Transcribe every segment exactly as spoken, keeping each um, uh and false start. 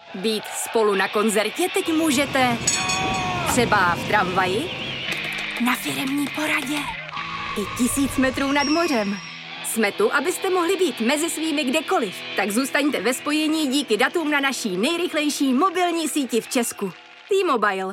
Být spolu na koncertě teď můžete třeba v tramvaji, na firemní poradě i tisíc metrů nad mořem. Jsme tu, abyste mohli být mezi svými kdekoliv. Tak zůstaňte ve spojení díky datům na naší nejrychlejší mobilní síti v Česku. T-Mobile.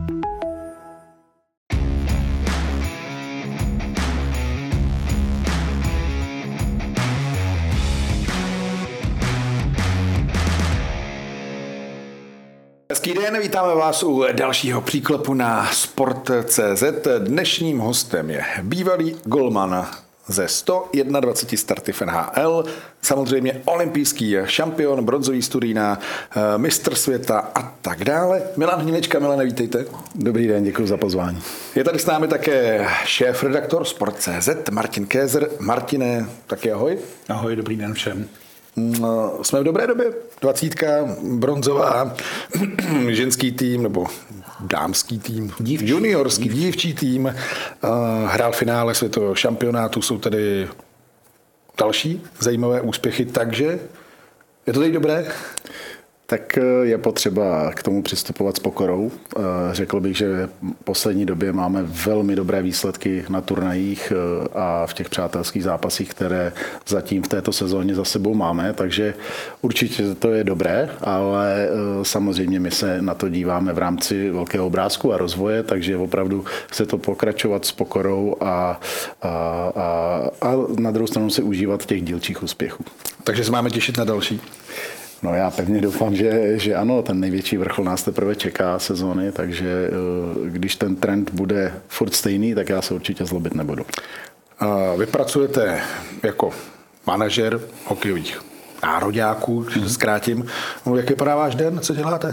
Hezký den, vítáme vás u dalšího příklepu na Sport tečka cé zet. Dnešním hostem je bývalý golman ze sto dvacet jedna starty v N H L, samozřejmě olympijský šampion, bronzový z Turína, mistr světa a tak dále. Milan Hnilička, Milane, vítejte. Dobrý den, děkuji za pozvání. Je tady s námi také šéf-redaktor Sport tečka cé zet Martin Kézer. Martine, taky ahoj. Ahoj, dobrý den všem. Jsme v dobré době. Dvacítka, bronzová, ženský tým nebo dámský tým, dívčí. juniorský dívčí tým, hrál v finále světového šampionátu, jsou tady další zajímavé úspěchy, takže je to teď dobré? Tak je potřeba k tomu přistupovat s pokorou. Řekl bych, že v poslední době máme velmi dobré výsledky na turnajích a v těch přátelských zápasích, které zatím v této sezóně za sebou máme, takže určitě to je dobré, ale samozřejmě my se na to díváme v rámci velkého obrázku a rozvoje, takže opravdu chce to pokračovat s pokorou a, a, a, a na druhou stranu si užívat těch dílčích úspěchů. Takže se máme těšit na další. No já pevně doufám, že, že ano, ten největší vrchol nás teprve čeká sezóny, takže když ten trend bude furt stejný, tak já se určitě zlobit nebudu. Vy pracujete jako manažer hokejových nároďáků, když to zkrátím. Jak vypadá váš den? Co děláte?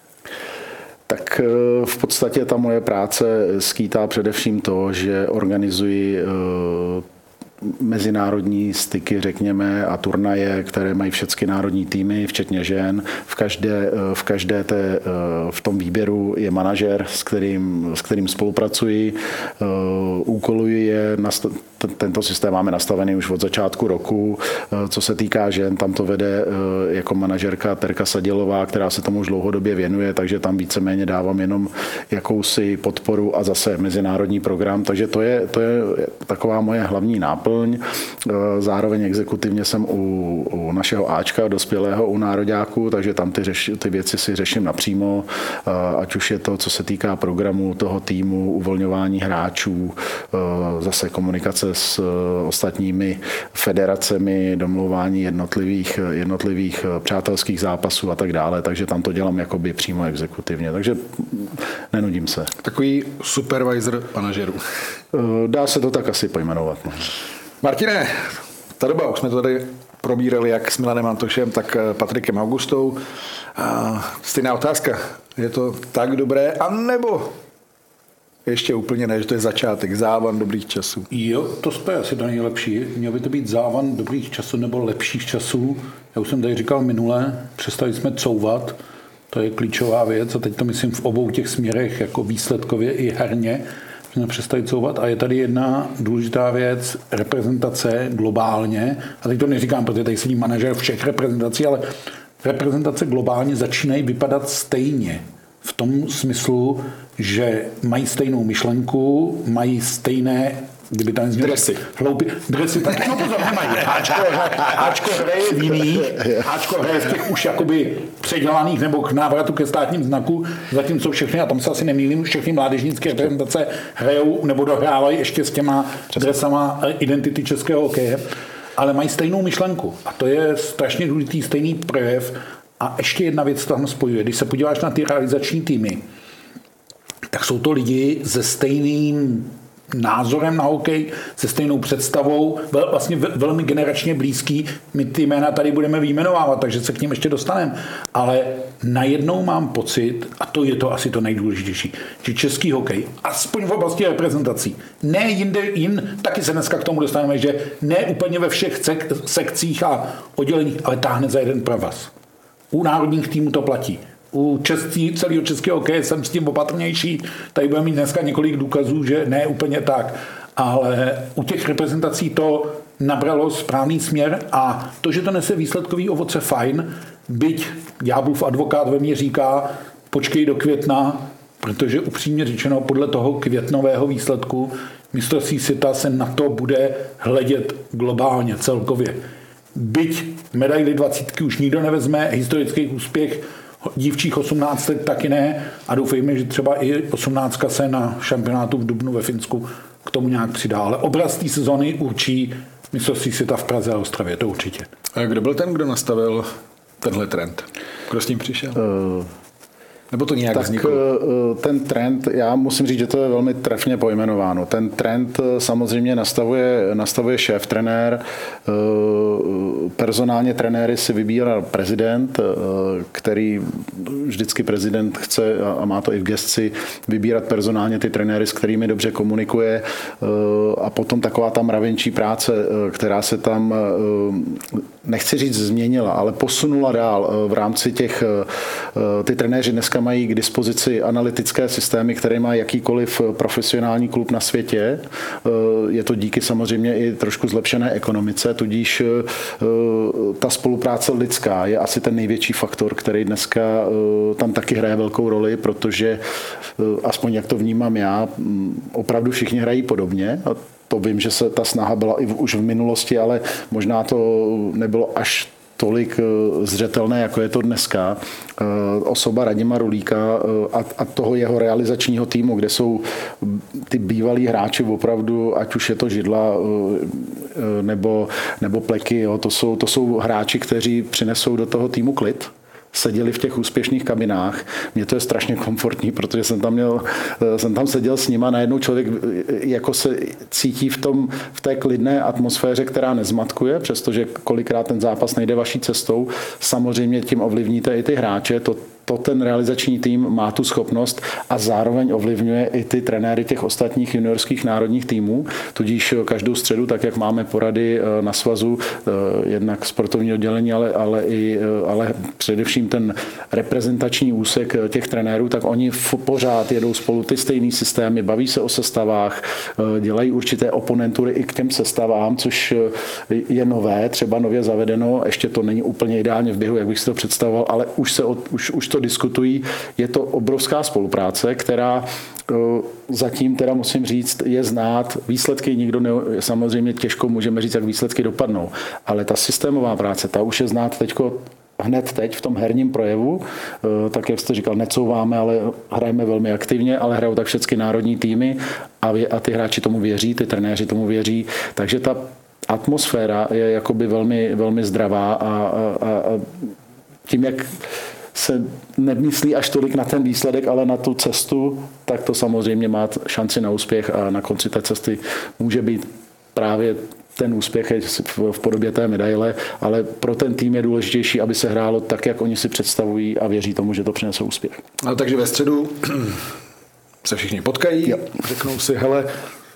Tak v podstatě ta moje práce skýtá především to, že organizuji mezinárodní styky, řekněme, a turnaje, které mají všechny národní týmy, včetně žen. V každé, v každé té, v tom výběru je manažer, s kterým, s kterým spolupracuji. Úkoluji je, tento systém máme nastavený už od začátku roku. Co se týká žen, tam to vede jako manažerka Terka Sadělová, která se tomu už dlouhodobě věnuje, takže tam víceméně dávám jenom jakousi podporu a zase mezinárodní program. Takže to je, to je taková moje hlavní náplň. Zároveň exekutivně jsem u, u našeho Ačka, dospělého, u nároďáků, takže tam ty, řeš, ty věci si řeším napřímo, ať už je to, co se týká programu toho týmu, uvolňování hráčů, zase komunikace s ostatními federacemi, domlouvání jednotlivých, jednotlivých přátelských zápasů a tak dále, takže tam to dělám jakoby přímo exekutivně, takže nenudím se. Takový supervisor manažerů. Dá se to tak asi pojmenovat. Martine, ta doba, už jsme to tady probírali jak s Milanem Antošem, tak Patrikem Augustou. Stejná otázka. Je to tak dobré, anebo ještě úplně ne, že to je začátek, závan dobrých časů? Jo, to je asi to nejlepší. Měl by to být závan dobrých časů nebo lepších časů. Já už jsem tady říkal minule, přestali jsme couvat, to je klíčová věc a teď to myslím v obou těch směrech, jako výsledkově i herně. Jsme přestali couvat a je tady jedna důležitá věc, reprezentace globálně, a teď to neříkám, protože tady sedí manažer všech reprezentací, ale reprezentace globálně začínají vypadat stejně. V tom smyslu, že mají stejnou myšlenku, mají stejné, kdyby tam změl dresy. Hloupý, dresy, tak no pozor, nemají. Háčko, háčko hraje v jiných, háčko hraje v těch už jakoby předělaných nebo k návratu ke státním znaku, zatímco všechny, a tam se asi nemýlím, všechny mládežnické reprezentace hrajou nebo dohrávají ještě s těma dresama identity českého hokeje, ale mají stejnou myšlenku. A to je strašně důležitý stejný projev. A ještě jedna věc tam spojuje. Když se podíváš na ty realizační týmy, tak jsou to lidi se stejným názorem na hokej, se stejnou představou, vlastně velmi generačně blízký. My ty jména tady budeme vyjmenovávat, takže se k ním ještě dostaneme. Ale najednou mám pocit, a to je to asi to nejdůležitější, že český hokej, aspoň v oblasti reprezentací, ne jinde, jin, taky se dneska k tomu dostaneme, že ne úplně ve všech sekcích a odděleních, ale táhne za jeden provaz. U národních týmů to platí. U český, celého českého hokeje jsem s tím opatrnější. Tady budeme mít dneska několik důkazů, že ne úplně tak. Ale u těch reprezentací to nabralo správný směr a to, že to nese výsledkový ovoce, fajn. byť ďáblův advokát ve mně říká, počkej do května, protože upřímně řečeno podle toho květnového výsledku mistrovství světa se na to bude hledět globálně celkově. Byť medaili dvacítky už nikdo nevezme, historický úspěch dívčích osmnáctek taky ne a doufejme, že třeba i osmnáctka se na šampionátu v dubnu ve Finsku k tomu nějak přidá. Ale obraz té sezony určí mistrovství světa v Praze a Ostravě, to určitě. A kdo byl ten, kdo nastavil tenhle trend? Kdo s tím přišel? Uh... Nebo to nějak tak vzniklo? Ten trend, já musím říct, že to je velmi trefně pojmenováno. Ten trend samozřejmě nastavuje, nastavuje šéf trenér, personálně trenéry si vybírá prezident, který vždycky prezident chce, a má to i v gesci, vybírat personálně ty trenéry, s kterými dobře komunikuje, a potom taková ta mravenčí práce, která se tam, nechci říct změnila, ale posunula dál v rámci těch, ty trenéři dneska mají k dispozici analytické systémy, které má jakýkoliv profesionální klub na světě. Je to díky samozřejmě i trošku zlepšené ekonomice, tudíž ta spolupráce lidská je asi ten největší faktor, který dneska tam taky hraje velkou roli, protože aspoň jak to vnímám já, opravdu všichni hrají podobně. To vím, že se ta snaha byla i už v minulosti, ale možná to nebylo až tolik zřetelné, jako je to dneska. Osoba Radima Rulíka a toho jeho realizačního týmu, kde jsou ty bývalí hráči opravdu, ať už je to Židla nebo, nebo Pleky, jo, to, jsou, to jsou hráči, kteří přinesou do toho týmu klid. Seděli v těch úspěšných kabinách. Mně to je strašně komfortní, protože jsem tam, měl, jsem tam seděl s nima, najednou člověk jako se cítí v, tom, v té klidné atmosféře, která nezmatkuje, přestože kolikrát ten zápas nejde vaší cestou. Samozřejmě tím ovlivníte i ty hráče, to to ten realizační tým má tu schopnost a zároveň ovlivňuje i ty trenéry těch ostatních juniorských národních týmů. Tudíž každou středu, tak jak máme porady na svazu, jednak sportovní oddělení, ale, ale, i, ale především ten reprezentační úsek těch trenérů, tak oni pořád jedou spolu ty stejný systémy, baví se o sestavách, dělají určité oponentury i k těm sestavám, což je nové, třeba nově zavedeno, ještě to není úplně ideálně v běhu, jak bych si to představoval, ale už se od, už, už to diskutují. Je to obrovská spolupráce, která zatím teda musím říct, je znát. Výsledky nikdo ne, samozřejmě těžko můžeme říct, jak výsledky dopadnou, ale ta systémová práce, ta už je znát teďko hned teď v tom herním projevu, tak jak jste říkal, necouváme, ale hrajeme velmi aktivně, ale hrajou tak všechny národní týmy a, vě, a ty hráči tomu věří, ty trenéři tomu věří, takže ta atmosféra je jakoby velmi, velmi zdravá a, a, a tím, jak se nemyslí až tolik na ten výsledek, ale na tu cestu, tak to samozřejmě má šanci na úspěch a na konci té cesty může být právě ten úspěch je v podobě té medaile, ale pro ten tým je důležitější, aby se hrálo tak, jak oni si představují a věří tomu, že to přinese úspěch. No, takže ve středu se všichni potkají, jo. Řeknou si, hele,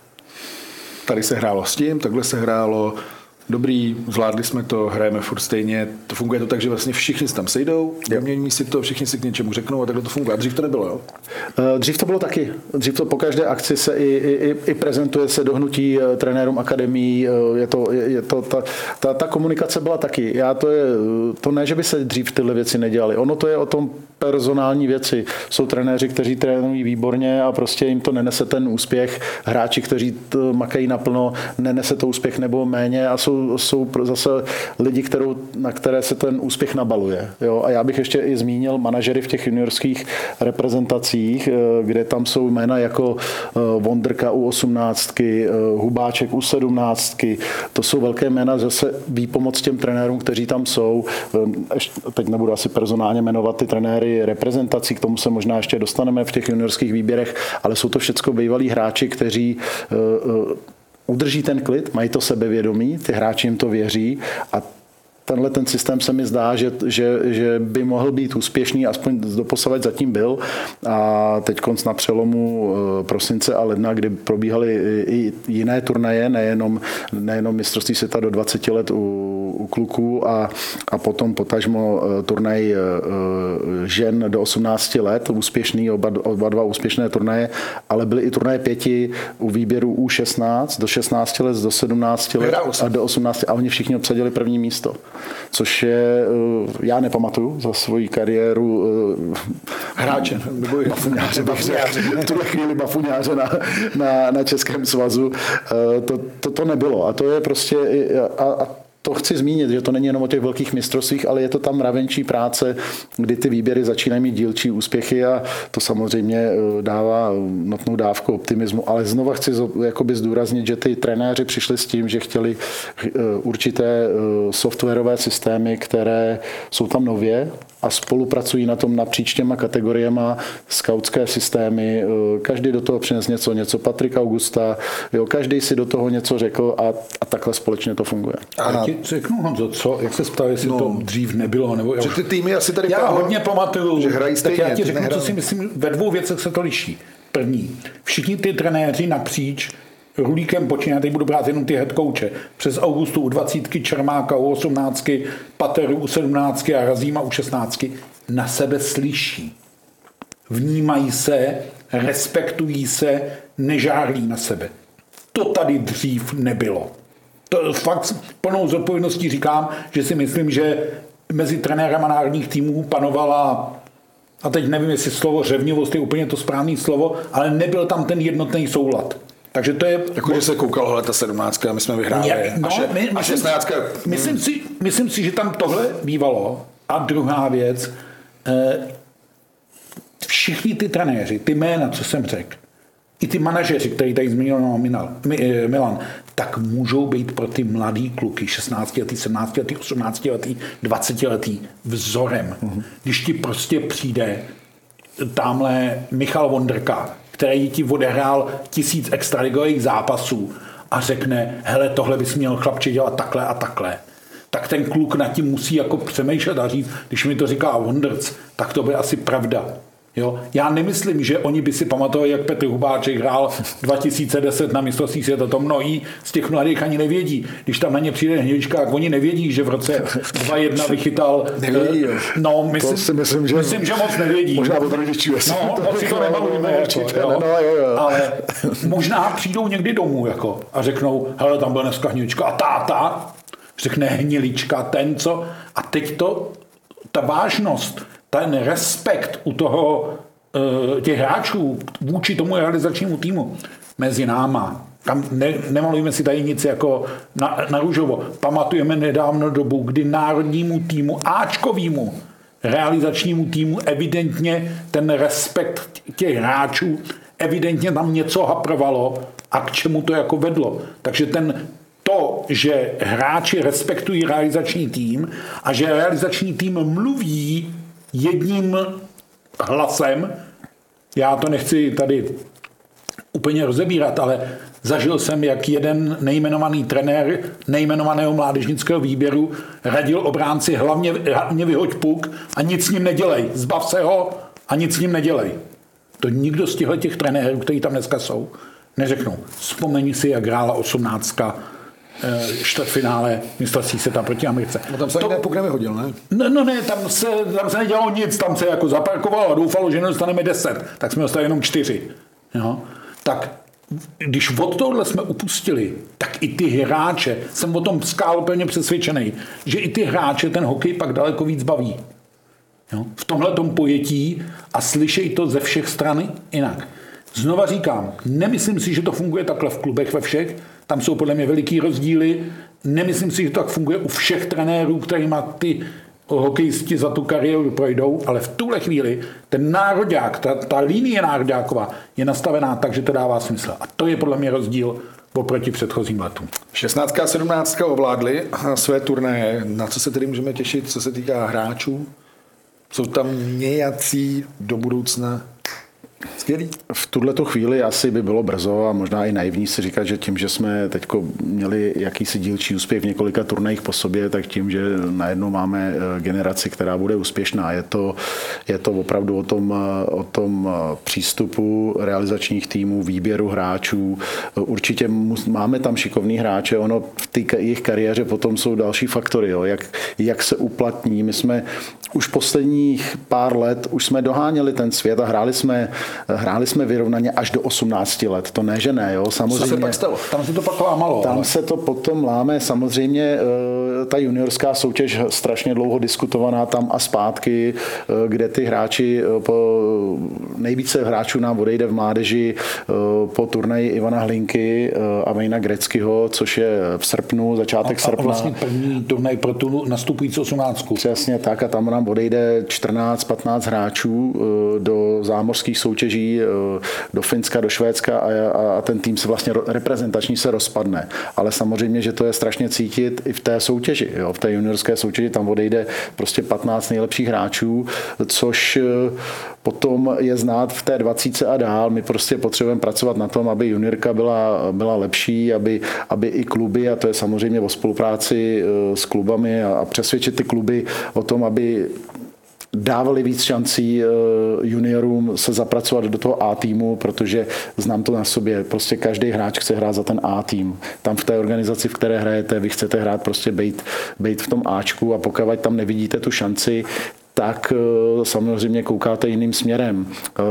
tady se hrálo s tím, takhle se hrálo, dobrý, zvládli jsme to, hrajeme furt stejně. To funguje to tak, že vlastně všichni se tam sejdou, vymění si to, všichni si k něčemu řeknou a takhle to funguje. A dřív to nebylo, jo? Dřív to bylo taky. Dřív to po každé akci se i, i, i prezentuje se dohnutí trenérům akademií. Je to, je to, ta, ta, ta komunikace byla taky. Já to, je, to ne, že by se dřív tyhle věci nedělaly. Ono to je o tom personální věci. Jsou trenéři, kteří trénují výborně a prostě jim to nenese ten úspěch. Hráči, kteří makají naplno, nenese to úspěch nebo méně a jsou jsou zase lidi, kterou, na které se ten úspěch nabaluje. Jo? A já bych ještě i zmínil manažery v těch juniorských reprezentacích, kde tam jsou jména jako Vondrka u osmnáctky, Hubáček u sedmnáctky. To jsou velké jména, zase výpomoc těm trenérům, kteří tam jsou. Teď nebudu asi personálně jmenovat ty trenéry reprezentací, k tomu se možná ještě dostaneme v těch juniorských výběrech, ale jsou to všecko bývalí hráči, kteří udrží ten klid, mají to sebevědomí, ty hráči jim to věří a tenhle ten systém se mi zdá, že, že, že by mohl být úspěšný, aspoň doposavad zatím byl. A teď konc na přelomu prosince a ledna, kdy probíhaly i jiné turnaje, nejenom, nejenom mistrovství světa do dvaceti let u u kluků a, a potom potažmo turnaj žen do osmnácti let, úspěšný, oba, oba dva úspěšné turnaje, ale byly i turnaje pěti u výběru U šestnáct, do šestnácti let, do sedmnácti let a do osmnácti a oni všichni obsadili první místo. Což je, já nepamatuju za svoji kariéru hráče, nebo bafuňáře, v tuhle chvíli bafuňáře na, na, na Českém svazu. To, to, to nebylo. A to je prostě, a, a to chci zmínit, že to není jenom o těch velkých mistrovstvích, ale je to tam mravenčí práce, kdy ty výběry začínají mít dílčí úspěchy a to samozřejmě dává notnou dávku optimismu. Ale znova chci jakoby zdůraznit, že ty trenéři přišli s tím, že chtěli určité softwarové systémy, které jsou tam nově a spolupracují na tom napříč těma kategoriema, skautské systémy, každý do toho přines něco, něco Patrik Augusta, jo, každý si do toho něco řekl a, a takhle společně to funguje. A ti řeknu, Honzo, co, jak se ptali, jestli no, to dřív nebylo, nebo že ty týmy asi tady já toho, hodně pamatuju, že hrají stejně, tak já ti řeknu, nehrál. co si myslím, ve dvou věcech se to liší. První, všichni ty trenéři napříč Rulíkem počíná, teď budu brát jenom ty head coache, přes Augustu u dvacítky, Čermáka u osmnáctky, Pateru u sedmnáctky a Razíma u šestnáctky, na sebe slyší. Vnímají se, respektují se, nežárlí na sebe. To tady dřív nebylo. To fakt plnou zodpovědností říkám, že si myslím, že mezi trenérama národních týmů panovala, a teď nevím, jestli slovo řevnivost je úplně to správné slovo, ale nebyl tam ten jednotný soulad. Takže to je... Jako, že se koukalo, hele, ta sedmnáctka, my jsme vyhráli. No, a, še, my, a šestnáctka... Myslím, myslím, si, myslím si, že tam tohle bývalo. A druhá věc, všichni ty trenéři, ty jména, co jsem řekl, i ty manažeři, který tady zmínil Milan, tak můžou být pro ty mladý kluky, šestnáctiletý, sedmnáctiletý, osmnáctiletý, dvacetiletý vzorem. Mm-hmm. Když ti prostě přijde tamhle Michal Vondrka, který ti odehrál tisíc extraligových zápasů a řekne, hele, tohle bys měl chlapče dělat takhle a takhle, tak ten kluk nad tím musí jako přemýšlet a říct, když mi to říká Wondrc, tak to bude asi pravda. Jo? Já nemyslím, že oni by si pamatovali, jak Petr Hubáček hrál dva tisíce deset na mistrovství světa. To mnohí z těch mladých ani nevědí. Když tam na ně přijde Hněvička, tak oni nevědí, že v roce dva jedna vychytal... Nevědí, jo. No, myslím, to si myslím, že, myslím, že moc nevědí. Možná o rodičů. No, moc si to nemalujeme. Jako, jo. No, jo, jo. Ale možná přijdou někdy domů jako, a řeknou, hele, tam byl dneska Hněvička a táta řekne Hnilička, ten co. A teď to, ta vážnost, ten respekt u toho těch hráčů vůči tomu realizačnímu týmu mezi náma. Tam ne, nemalujeme si tady nic jako na, na růžovo. Pamatujeme nedávno dobu, kdy národnímu týmu, áčkovýmu realizačnímu týmu evidentně ten respekt těch hráčů, evidentně tam něco haprovalo a k čemu to jako vedlo. Takže ten to, že hráči respektují realizační tým a že realizační tým mluví jedním hlasem, já to nechci tady úplně rozebírat, ale zažil jsem, jak jeden nejmenovaný trenér nejmenovaného mládežnického výběru radil obránci, hlavně, hlavně vyhoď puk a nic s ním nedělej, zbav se ho a nic s ním nedělej. To nikdo z těchto těch trenérů, kteří tam dneska jsou, neřeknou. Vzpomeň si, jak hrála osmnáctka čtvrtfinále mistrovství světa proti Americe. No tam se to, puk nevyhodil, ne? No, no ne, tam se, tam se nedělalo nic, tam se jako zaparkovalo a doufalo, že nedostaneme deset, tak jsme dostali jenom čtyři. Jo? Tak když od tohle jsme upustili, tak i ty hráče, jsem o tom skál pevně přesvědčený, že i ty hráče ten hokej pak daleko víc baví. Jo? V tomhletom pojetí a slyšej to ze všech stran jinak. Znova říkám, nemyslím si, že to funguje takhle v klubech ve všech, tam jsou podle mě veliký rozdíly, nemyslím si, že to tak funguje u všech trenérů, kterýma ty hokejisti za tu kariéru projdou, ale v tuhle chvíli ten nároďák, ta, ta linie nároďáková je nastavená tak, že to dává smysl. A to je podle mě rozdíl oproti předchozím letům. šestnáctka a sedmnáctka ovládly své turnaje. Na co se tedy můžeme těšit, co se týká hráčů? Jsou tam nějací do budoucna skvělý? V tuhletu chvíli asi by bylo brzo a možná i naivní si říkat, že tím, že jsme teď měli jakýsi dílčí úspěch v několika turnajích po sobě, tak tím, že najednou máme generaci, která bude úspěšná. Je to, je to opravdu o tom, o tom přístupu realizačních týmů, výběru hráčů. Určitě máme tam šikovný hráče, ono v té jejich kariéře potom jsou další faktory, jo, jak, jak se uplatní. My jsme už posledních pár let už jsme doháněli ten svět a hráli jsme, hráli jsme vyrovnaně až do osmnácti let. To ne, že ne, jo. Samozřejmě. Co se pak stalo? Tam se to pak lámalo. Tam ale... se to potom láme. Samozřejmě ta juniorská soutěž strašně dlouho diskutovaná tam a zpátky, kde ty hráči, nejvíce hráčů nám odejde v mládeži po turnaji Ivana Hlinky a Vejna Greckého, což je v srpnu, začátek a, srpna. A vlastně první turnaj pro tu nastupující osmnáctku. Přesně tak a tam nám odejde čtrnáct patnáct hráčů do zámořských soutěží, do Finska, do Švédska a, a ten tým se vlastně reprezentační se rozpadne. Ale samozřejmě, že to je strašně cítit i v té soutěži. Jo? V té juniorské soutěži tam odejde prostě patnáct nejlepších hráčů, což potom je znát v té dvacítce a dál. My prostě potřebujeme pracovat na tom, aby juniorka byla, byla lepší, aby, aby i kluby, a to je samozřejmě o spolupráci s klubami a, a přesvědčit ty kluby o tom, aby dávali víc šancí juniorům se zapracovat do toho A týmu, protože znám to na sobě. Prostě každý hráč chce hrát za ten A tým. Tam v té organizaci, v které hrajete, vy chcete hrát prostě bejt, bejt v tom Ačku a pokud tam nevidíte tu šanci, tak samozřejmě koukáte jiným směrem.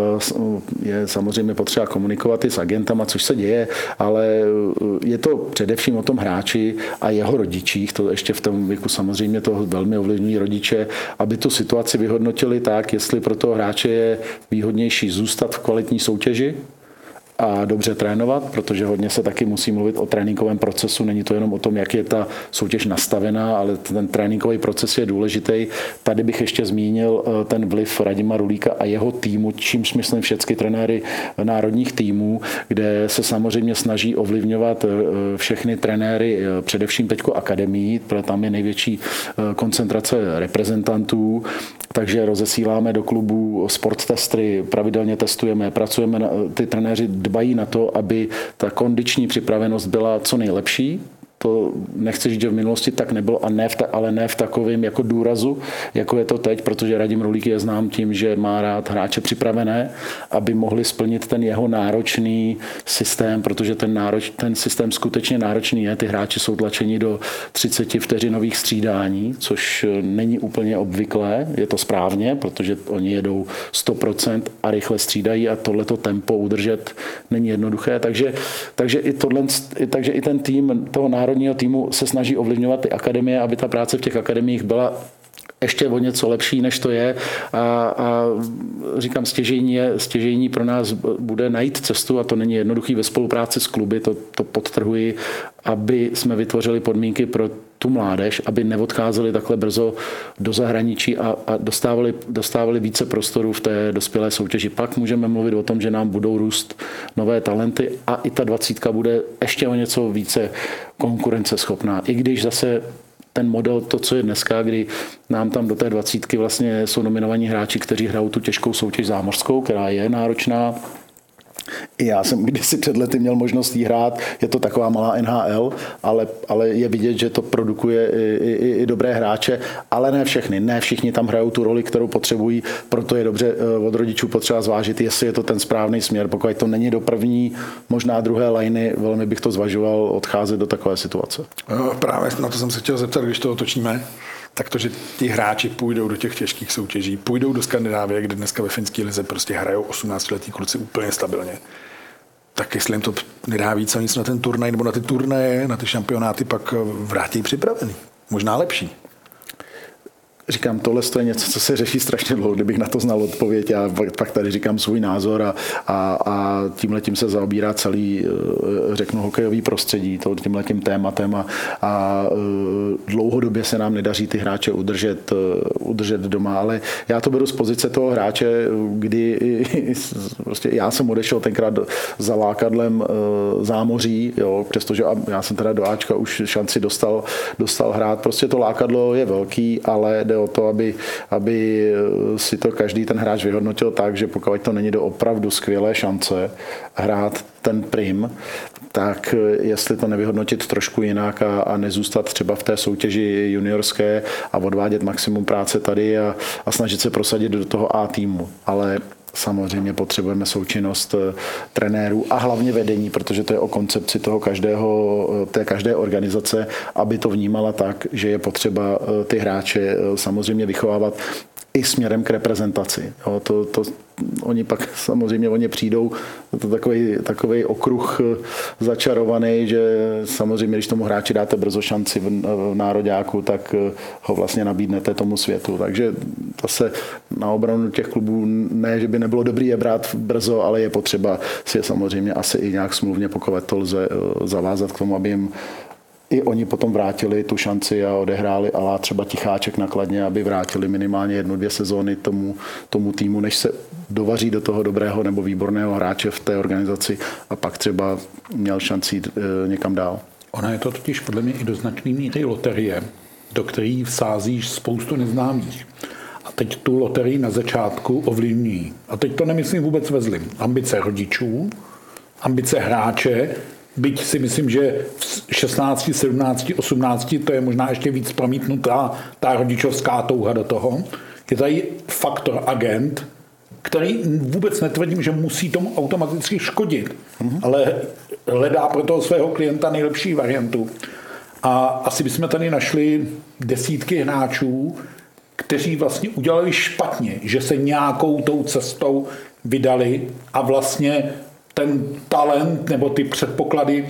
Je samozřejmě potřeba komunikovat i s agentama, což se děje, ale je to především o tom hráči a jeho rodičích, to ještě v tom věku samozřejmě to velmi ovlivňují rodiče, aby tu situaci vyhodnotili tak, jestli pro toho hráče je výhodnější zůstat v kvalitní soutěži a dobře trénovat, protože hodně se taky musí mluvit o tréninkovém procesu. Není to jenom o tom, jak je ta soutěž nastavená, ale ten tréninkový proces je důležitý. Tady bych ještě zmínil ten vliv Radima Rulíka a jeho týmu, čímž myslím všechny trenéry národních týmů, kde se samozřejmě snaží ovlivňovat všechny trenéry, především teďko akademií, protože tam je největší koncentrace reprezentantů. Takže rozesíláme do klubů sporttestry, pravidelně testujeme, pracujeme, na, ty trenéři dbají na to, aby ta kondiční připravenost byla co nejlepší. To nechci říct, že v minulosti tak nebylo, a ne v ta, ale ne v takovém jako důrazu, jako je to teď, protože Radim Rulík je znám tím, že má rád hráče připravené, aby mohli splnit ten jeho náročný systém, protože ten, nároč, ten systém skutečně náročný je. Ty hráči jsou tlačeni do třicet vteřinových střídání, což není úplně obvyklé, je to správně, protože oni jedou sto procent a rychle střídají a tohleto tempo udržet není jednoduché, takže, takže, i, tohle, takže i ten tým toho národního týmu se snaží ovlivňovat ty akademie, aby ta práce v těch akademiích byla ještě o něco lepší, než to je. A, a říkám, stěžejní, je, stěžejní pro nás bude najít cestu, a to není jednoduchý ve spolupráci s kluby, to, to podtrhuji, aby jsme vytvořili podmínky pro tu mládež, aby neodcházeli takhle brzo do zahraničí a, a dostávali, dostávali více prostoru v té dospělé soutěži. Pak můžeme mluvit o tom, že nám budou růst nové talenty a i ta dvacítka bude ještě o něco více konkurenceschopná. I když zase ten model, to, co je dneska, kdy nám tam do té dvacítky vlastně jsou nominovaní hráči, kteří hrajou tu těžkou soutěž zámořskou, která je náročná. I já jsem kdysi před lety měl možnost jí hrát, je to taková malá N H L, ale, ale je vidět, že to produkuje i, i, i dobré hráče, ale ne všechny, ne všichni tam hrajou tu roli, kterou potřebují, proto je dobře od rodičů potřeba zvážit, jestli je to ten správný směr, pokud to není do první, možná druhé lajny, velmi bych to zvažoval odcházet do takové situace. Právě na to jsem se chtěl zeptat, když to otočíme. Tak to, že ti hráči půjdou do těch těžkých soutěží, půjdou do Skandinávie, kde dneska ve finské lize prostě hrajou osmnáctiletí kluci úplně stabilně. Tak jestli jim to nedá víc a nic na ten turnaj nebo na ty turnaje, na ty šampionáty, pak vrátí připravený. Možná lepší. Říkám, tohle je něco, co se řeší strašně dlouho, kdybych na to znal odpověď. Já pak tady říkám svůj názor a, a, a tímhletím se zaobírá celý, řeknu, hokejový prostředí, tímhletím tématem a, a dlouhodobě se nám nedaří ty hráče udržet, udržet doma, ale já to beru z pozice toho hráče, kdy prostě já jsem odešel tenkrát za lákadlem zámoří, jo, přestože já jsem teda do Ačka už šanci dostal, dostal hrát. Prostě to lákadlo je velký, ale jde jde o to, aby, aby si to každý ten hráč vyhodnotil tak, že pokud to není do opravdu skvělé šance hrát ten prim, tak jestli to nevyhodnotit trošku jinak a, a nezůstat třeba v té soutěži juniorské a odvádět maximum práce tady a, a snažit se prosadit do toho A týmu. Ale samozřejmě potřebujeme součinnost trenérů a hlavně vedení, protože to je o koncepci toho každého, té každé organizace, aby to vnímala tak, že je potřeba ty hráče samozřejmě vychovávat i směrem k reprezentaci. Jo, to, to, oni pak samozřejmě oni přijdou, to takový, takový okruh začarovaný, že samozřejmě, když tomu hráči dáte brzo šanci v, v nároďáku, tak ho vlastně nabídnete tomu světu. Takže zase na obranu těch klubů ne, že by nebylo dobrý je brát brzo, ale je potřeba si je samozřejmě asi i nějak smluvně, pokud to lze zavázat k tomu, aby jim i oni potom vrátili tu šanci a odehráli alá třeba Ticháček na Kladně, aby vrátili minimálně jednu, dvě sezóny tomu, tomu týmu, než se dovaří do toho dobrého nebo výborného hráče v té organizaci a pak třeba měl šanci jít e, někam dál. Ona je to totiž podle mě i do značné míry loterie, do které vsázíš spoustu neznámých. A teď tu loterii na začátku ovlivní. A teď to nemyslím vůbec ve zlým. Ambice rodičů, ambice hráče, byť si myslím, že v šestnácti, sedmnácti, osmnácti to je možná ještě víc promítnutá ta rodičovská touha do toho. Je tady faktor agent, který vůbec netvrdím, že musí tomu automaticky škodit, mm-hmm. ale hledá pro toho svého klienta nejlepší variantu. A asi bychom tady našli desítky hráčů, kteří vlastně udělali špatně, že se nějakou tou cestou vydali a vlastně ten talent nebo ty předpoklady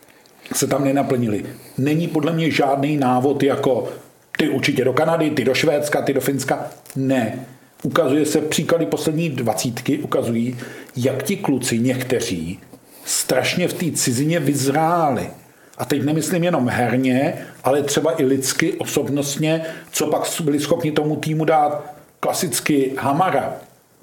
se tam nenaplnily. Není podle mě žádný návod jako ty určitě do Kanady, ty do Švédska, ty do Finska. Ne. Ukazuje se, příklady poslední dvacítky ukazují, jak ti kluci někteří strašně v té cizině vyzráli. A teď nemyslím jenom herně, ale třeba i lidsky, osobnostně, co pak byli schopni tomu týmu dát klasicky Hamara.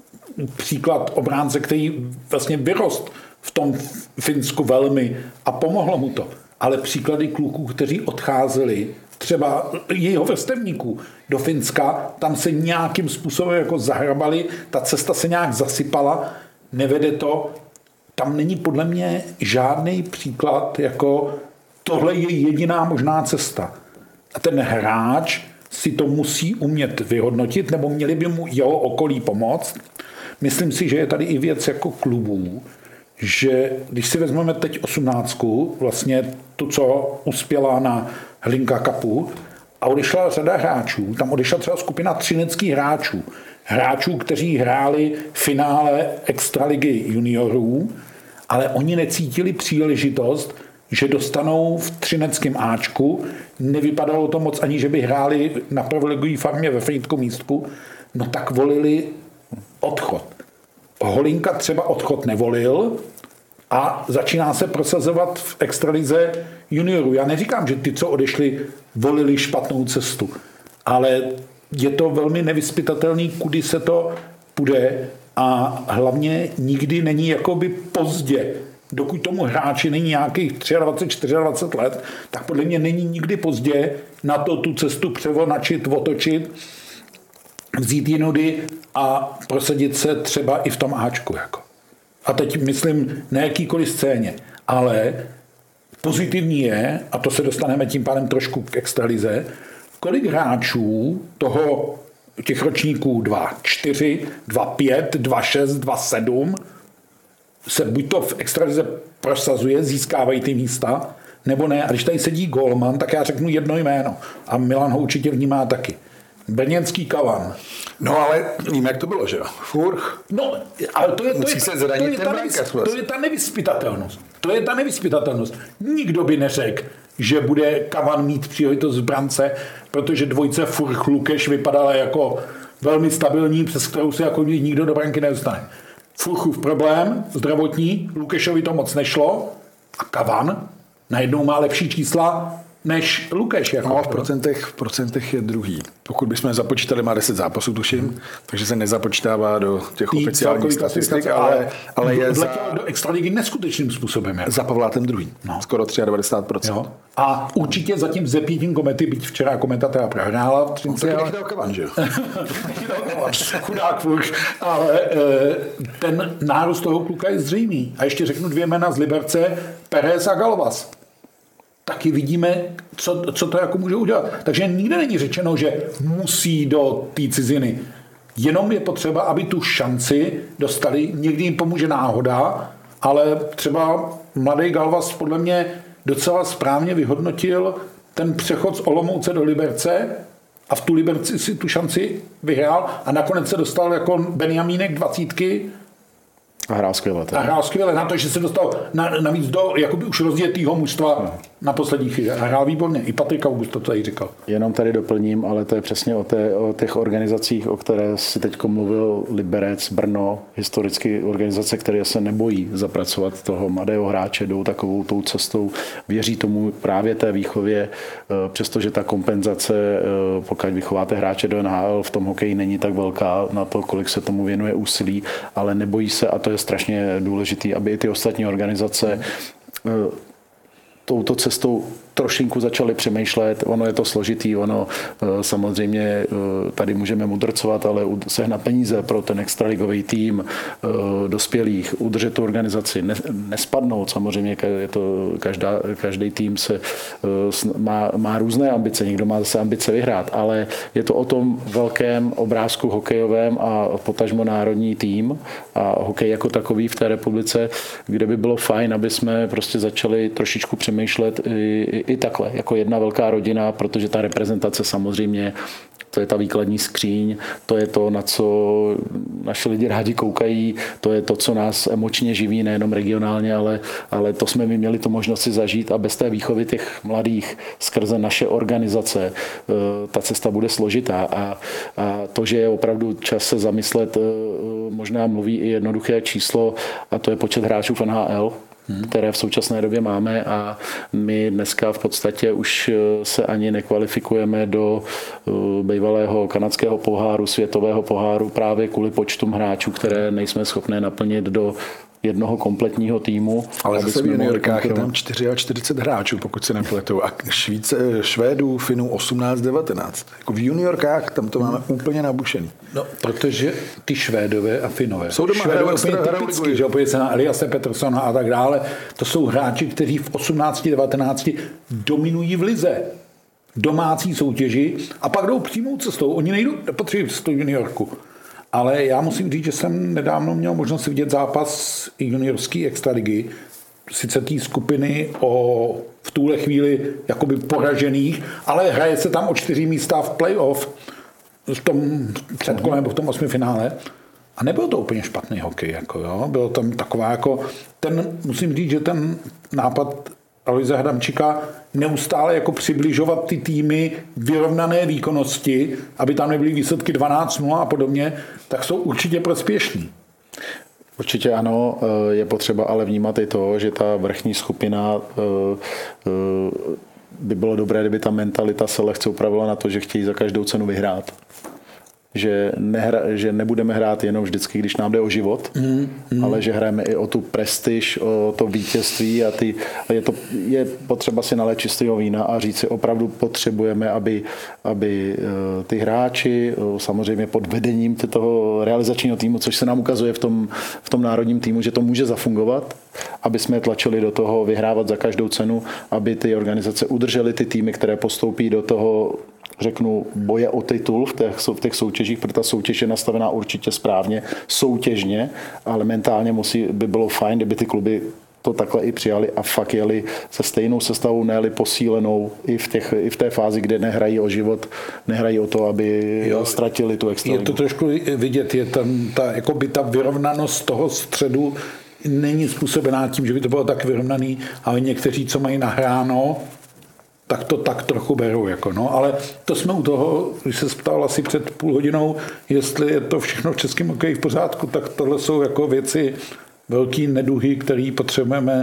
Příklad obránce, který vlastně vyrost v tom Finsku velmi a pomohlo mu to. Ale příklady kluků, kteří odcházeli, třeba jeho vrstevníků do Finska, tam se nějakým způsobem jako zahrabali, ta cesta se nějak zasypala, nevede to. Tam není podle mě žádný příklad, jako tohle je jediná možná cesta. A ten hráč si to musí umět vyhodnotit, nebo měli by mu jeho okolí pomoct. Myslím si, že je tady i věc jako klubů, že když si vezmeme teď osmnáctku, vlastně tu, co uspěla na Hlinka Cupu a odešla řada hráčů, tam odešla třeba skupina třineckých hráčů, hráčů, kteří hráli v finále extraligy juniorů, ale oni necítili příležitost, že dostanou v třineckém Ačku, nevypadalo to moc ani, že by hráli na prvoligové farmě ve Frýdku místku, no tak volili odchod. Holinka třeba odchod nevolil a začíná se prosazovat v extralize juniorů. Já neříkám, že ty, co odešli, volili špatnou cestu, ale je to velmi nevyzpytatelný, kudy se to půjde a hlavně nikdy není jakoby pozdě. Dokud tomu hráči není nějakých dvacet tři dvacet čtyři let, tak podle mě není nikdy pozdě na to tu cestu převonačit, otočit, vzít jinudy a prosadit se třeba i v tom Ačku. Jako. A teď myslím na jakýkoliv scéně, ale pozitivní je, a to se dostaneme tím pádem trošku k extralize, kolik hráčů toho, těch ročníků dva čtyři, dva pět, dva šest, dva sedm se buď to v extralize prosazuje, získávají ty místa, nebo ne. A když tady sedí gólman, tak já řeknu jedno jméno. A Milan ho určitě vnímá taky. Brněnský Kavan. No ale víme, jak to bylo, že jo? Furch. No, ale to je, to Musí je, se to zranit je, ten ta, brankář, to je ta nevyzpytatelnost. To je ta nevyzpytatelnost. Nikdo by neřekl, že bude Kavan mít příležitost v brance, protože dvojce Furch Lukeš vypadala jako velmi stabilní, přes kterou se jako nikdo do branky nedostane. Furchův problém zdravotní, Lukešovi to moc nešlo a Kavan najednou má lepší čísla než Lukeš. Jako no, v procentech, v procentech je druhý. Pokud bychom započítali, má deset zápasů, tuším, hmm. takže se nezapočítává do těch Tý oficiálních statistik, ale, ale je za, do extraligy neskutečným způsobem. Jako. Za Pavlátem druhý. No. Skoro devadesát tři procent. Jo. A určitě zatím ze pětin Komety, byť včera Kometa teda prohrála. On taky nechytal Kavan, že jo? Chudák furt. Ale ten nárůst toho kluka je zřejmý. A ještě řeknu dvě jména z Liberce, Pérez a Galvas. Taky vidíme, co, co to jako může udělat. Takže nikde není řečeno, že musí do té ciziny. Jenom je potřeba, aby tu šanci dostali. Někdy jim pomůže náhoda, ale třeba mladý Galvas podle mě docela správně vyhodnotil ten přechod z Olomouce do Liberce a v tu Liberci si tu šanci vyhrál a nakonec se dostal jako Benjamínek dvacítky. A hrál skvěle. A hrál skvěle na to, že se dostal na, navíc do jakoby už rozjetýho mužstva no. na poslední chvíli. A hrál výborně. I Patrik August to tady říkal. Jenom tady doplním, ale to je přesně o, té, o těch organizacích, o které si teď mluvil Liberec, Brno, historicky organizace, které se nebojí zapracovat toho mladého hráče, jdou takovou tou cestou, věří tomu právě té výchově, přestože ta kompenzace, pokud vychováte hráče do N H L, v tom hokeji není tak velká na to, kolik se tomu věnuje úsilí, ale nebojí se, a to je strašně důležitý, aby i ty ostatní organizace touto cestou trošinku začali přemýšlet. Ono je to složitý, ono samozřejmě tady můžeme mudrcovat, ale sehnat peníze pro ten extraligový tým dospělých, udržet tu organizaci, nespadnout. Samozřejmě je to, každá, každý tým se má, má různé ambice, někdo má zase ambice vyhrát, ale je to o tom velkém obrázku hokejovém a potažmo národní tým a hokej jako takový v té republice, kde by bylo fajn, aby jsme prostě začali trošičku přemýšlet i, i takhle, jako jedna velká rodina, protože ta reprezentace samozřejmě, to je ta výkladní skříň, to je to, na co naši lidi rádi koukají, to je to, co nás emočně živí, nejenom regionálně, ale, ale to jsme my měli tu možnost si zažít a bez té výchovy těch mladých skrze naše organizace ta cesta bude složitá a, a to, že je opravdu čas se zamyslet, možná mluví i jednoduché číslo a to je počet hráčů v N H L, které v současné době máme a my dneska v podstatě už se ani nekvalifikujeme do bývalého kanadského poháru, světového poháru právě kvůli počtům hráčů, které nejsme schopné naplnit do jednoho kompletního týmu. Ale zase v juniorkách je tam čtyřicet čtyři hráčů, pokud se nepletou. A Švíce, Švédů, Finů osmnáct devatenáct. Jako v juniorkách tam to máme úplně nabušený. No, protože ty Švédové a Finové. Jsou doma Švédové úplně typický, že opět se na Eliase Petterssona a tak dále. To jsou hráči, kteří v osmnácti devatenácti dominují v lize. Domácí soutěži a pak jdou přímou cestou. Oni nejdou, nepotřebují cestou juniorku. Ale já musím říct, že jsem nedávno měl možnost vidět zápas juniorské extraligy, sice té skupiny o v tuhle chvíli jakoby poražených, ale hraje se tam o čtyři místa v playoff v tom předkole nebo v tom osmifinále. A nebyl to úplně špatný hokej. Jako, jo. Bylo tam taková jako, ten, musím říct, že ten nápad Aloise Hadamčíka neustále jako přibližovat ty týmy vyrovnané výkonnosti, aby tam nebyly výsledky dvanáct nula a podobně, tak jsou určitě prospěšní. Určitě ano, je potřeba ale vnímat i to, že ta vrchní skupina by bylo dobré, kdyby ta mentalita se lehce upravila na to, že chtějí za každou cenu vyhrát. Že, nehra, že nebudeme hrát jenom vždycky, když nám jde o život, mm, mm. ale že hrajeme i o tu prestiž, o to vítězství a, ty, a je, to, je potřeba si nalét čistého vína a říct si, opravdu potřebujeme, aby, aby ty hráči, samozřejmě pod vedením toho realizačního týmu, což se nám ukazuje v tom, v tom národním týmu, že to může zafungovat, aby jsme tlačili do toho vyhrávat za každou cenu, aby ty organizace udržely ty týmy, které postoupí do toho, řeknu, boje o titul v těch, v těch soutěžích, protože ta soutěž je nastavená určitě správně, soutěžně, ale mentálně musí, by bylo fajn, kdyby ty kluby to takhle i přijali a fakt jeli se stejnou sestavou, ne-li posílenou i v, těch, i v té fázi, kde nehrají o život, nehrají o to, aby jo, ztratili tu extraligu. Je to trošku vidět, je tam ta, jakoby ta vyrovnanost toho středu není způsobená tím, že by to bylo tak vyrovnaný, ale někteří, co mají nahráno, tak to tak trochu berou. Jako no. Ale to jsme u toho, když se ptal asi před půl hodinou, jestli je to všechno v českém hokeji v pořádku, tak tohle jsou jako věci, velký neduhy, které potřebujeme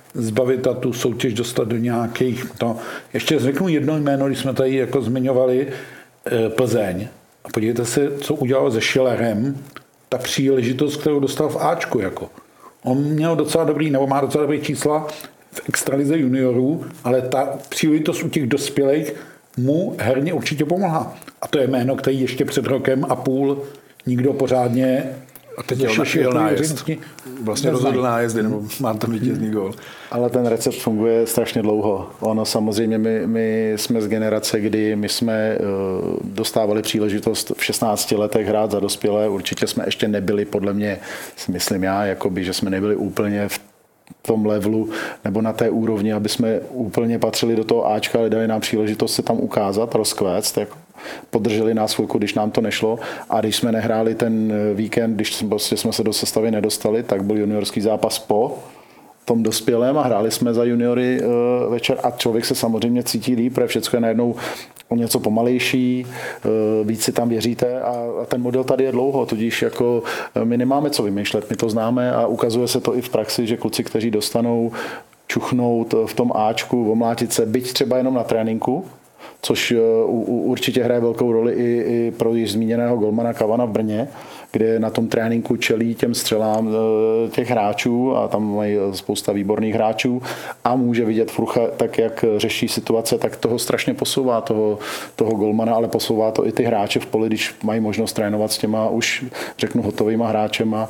zbavit a tu soutěž dostat do nějakých... To. Ještě řeknu jedno jméno, když jsme tady jako zmiňovali Plzeň. A podívejte se, co udělal se Schillerem, ta příležitost, kterou dostal v Ačku. Jako. On měl docela dobrý, nebo má docela dobrý čísla v extralize juniorů, ale ta příležitost u těch dospělých mu herně určitě pomohla. A to je jméno, který ještě před rokem a půl nikdo pořádně... A teď jel nájezd. Vlastně rozhodl nájezdy, nebo má tam vítězný gól. Ale ten recept funguje strašně dlouho. Ono samozřejmě, my, my jsme z generace, kdy my jsme dostávali příležitost v šestnácti letech hrát za dospělé. Určitě jsme ještě nebyli, podle mě, myslím já, jakoby, že jsme nebyli úplně v tom levelu nebo na té úrovni, aby jsme úplně patřili do toho Ačka, ale dali nám příležitost se tam ukázat, rozkvéct, jako podrželi nás chvilku, když nám to nešlo, a když jsme nehráli ten víkend, když prostě jsme se do sestavy nedostali, tak byl juniorský zápas po tom dospělém a hráli jsme za juniory večer a člověk se samozřejmě cítí líp, protože všechno je najednou o něco pomalejší, víc si tam věříte a ten model tady je dlouho, tudíž jako my nemáme co vymýšlet, my to známe a ukazuje se to i v praxi, že kluci, kteří dostanou čuchnout v tom Ačku, omlátit se, byť třeba jenom na tréninku, což určitě hraje velkou roli i, i pro již zmíněného golmana Kavana v Brně, kde na tom tréninku čelí těm střelám těch hráčů a tam mají spousta výborných hráčů a může vidět Frucha, tak jak řeší situace, tak toho strašně posouvá toho, toho golmana, ale posouvá to i ty hráče v poli, když mají možnost trénovat s těma už, řeknu, hotovýma hráčema.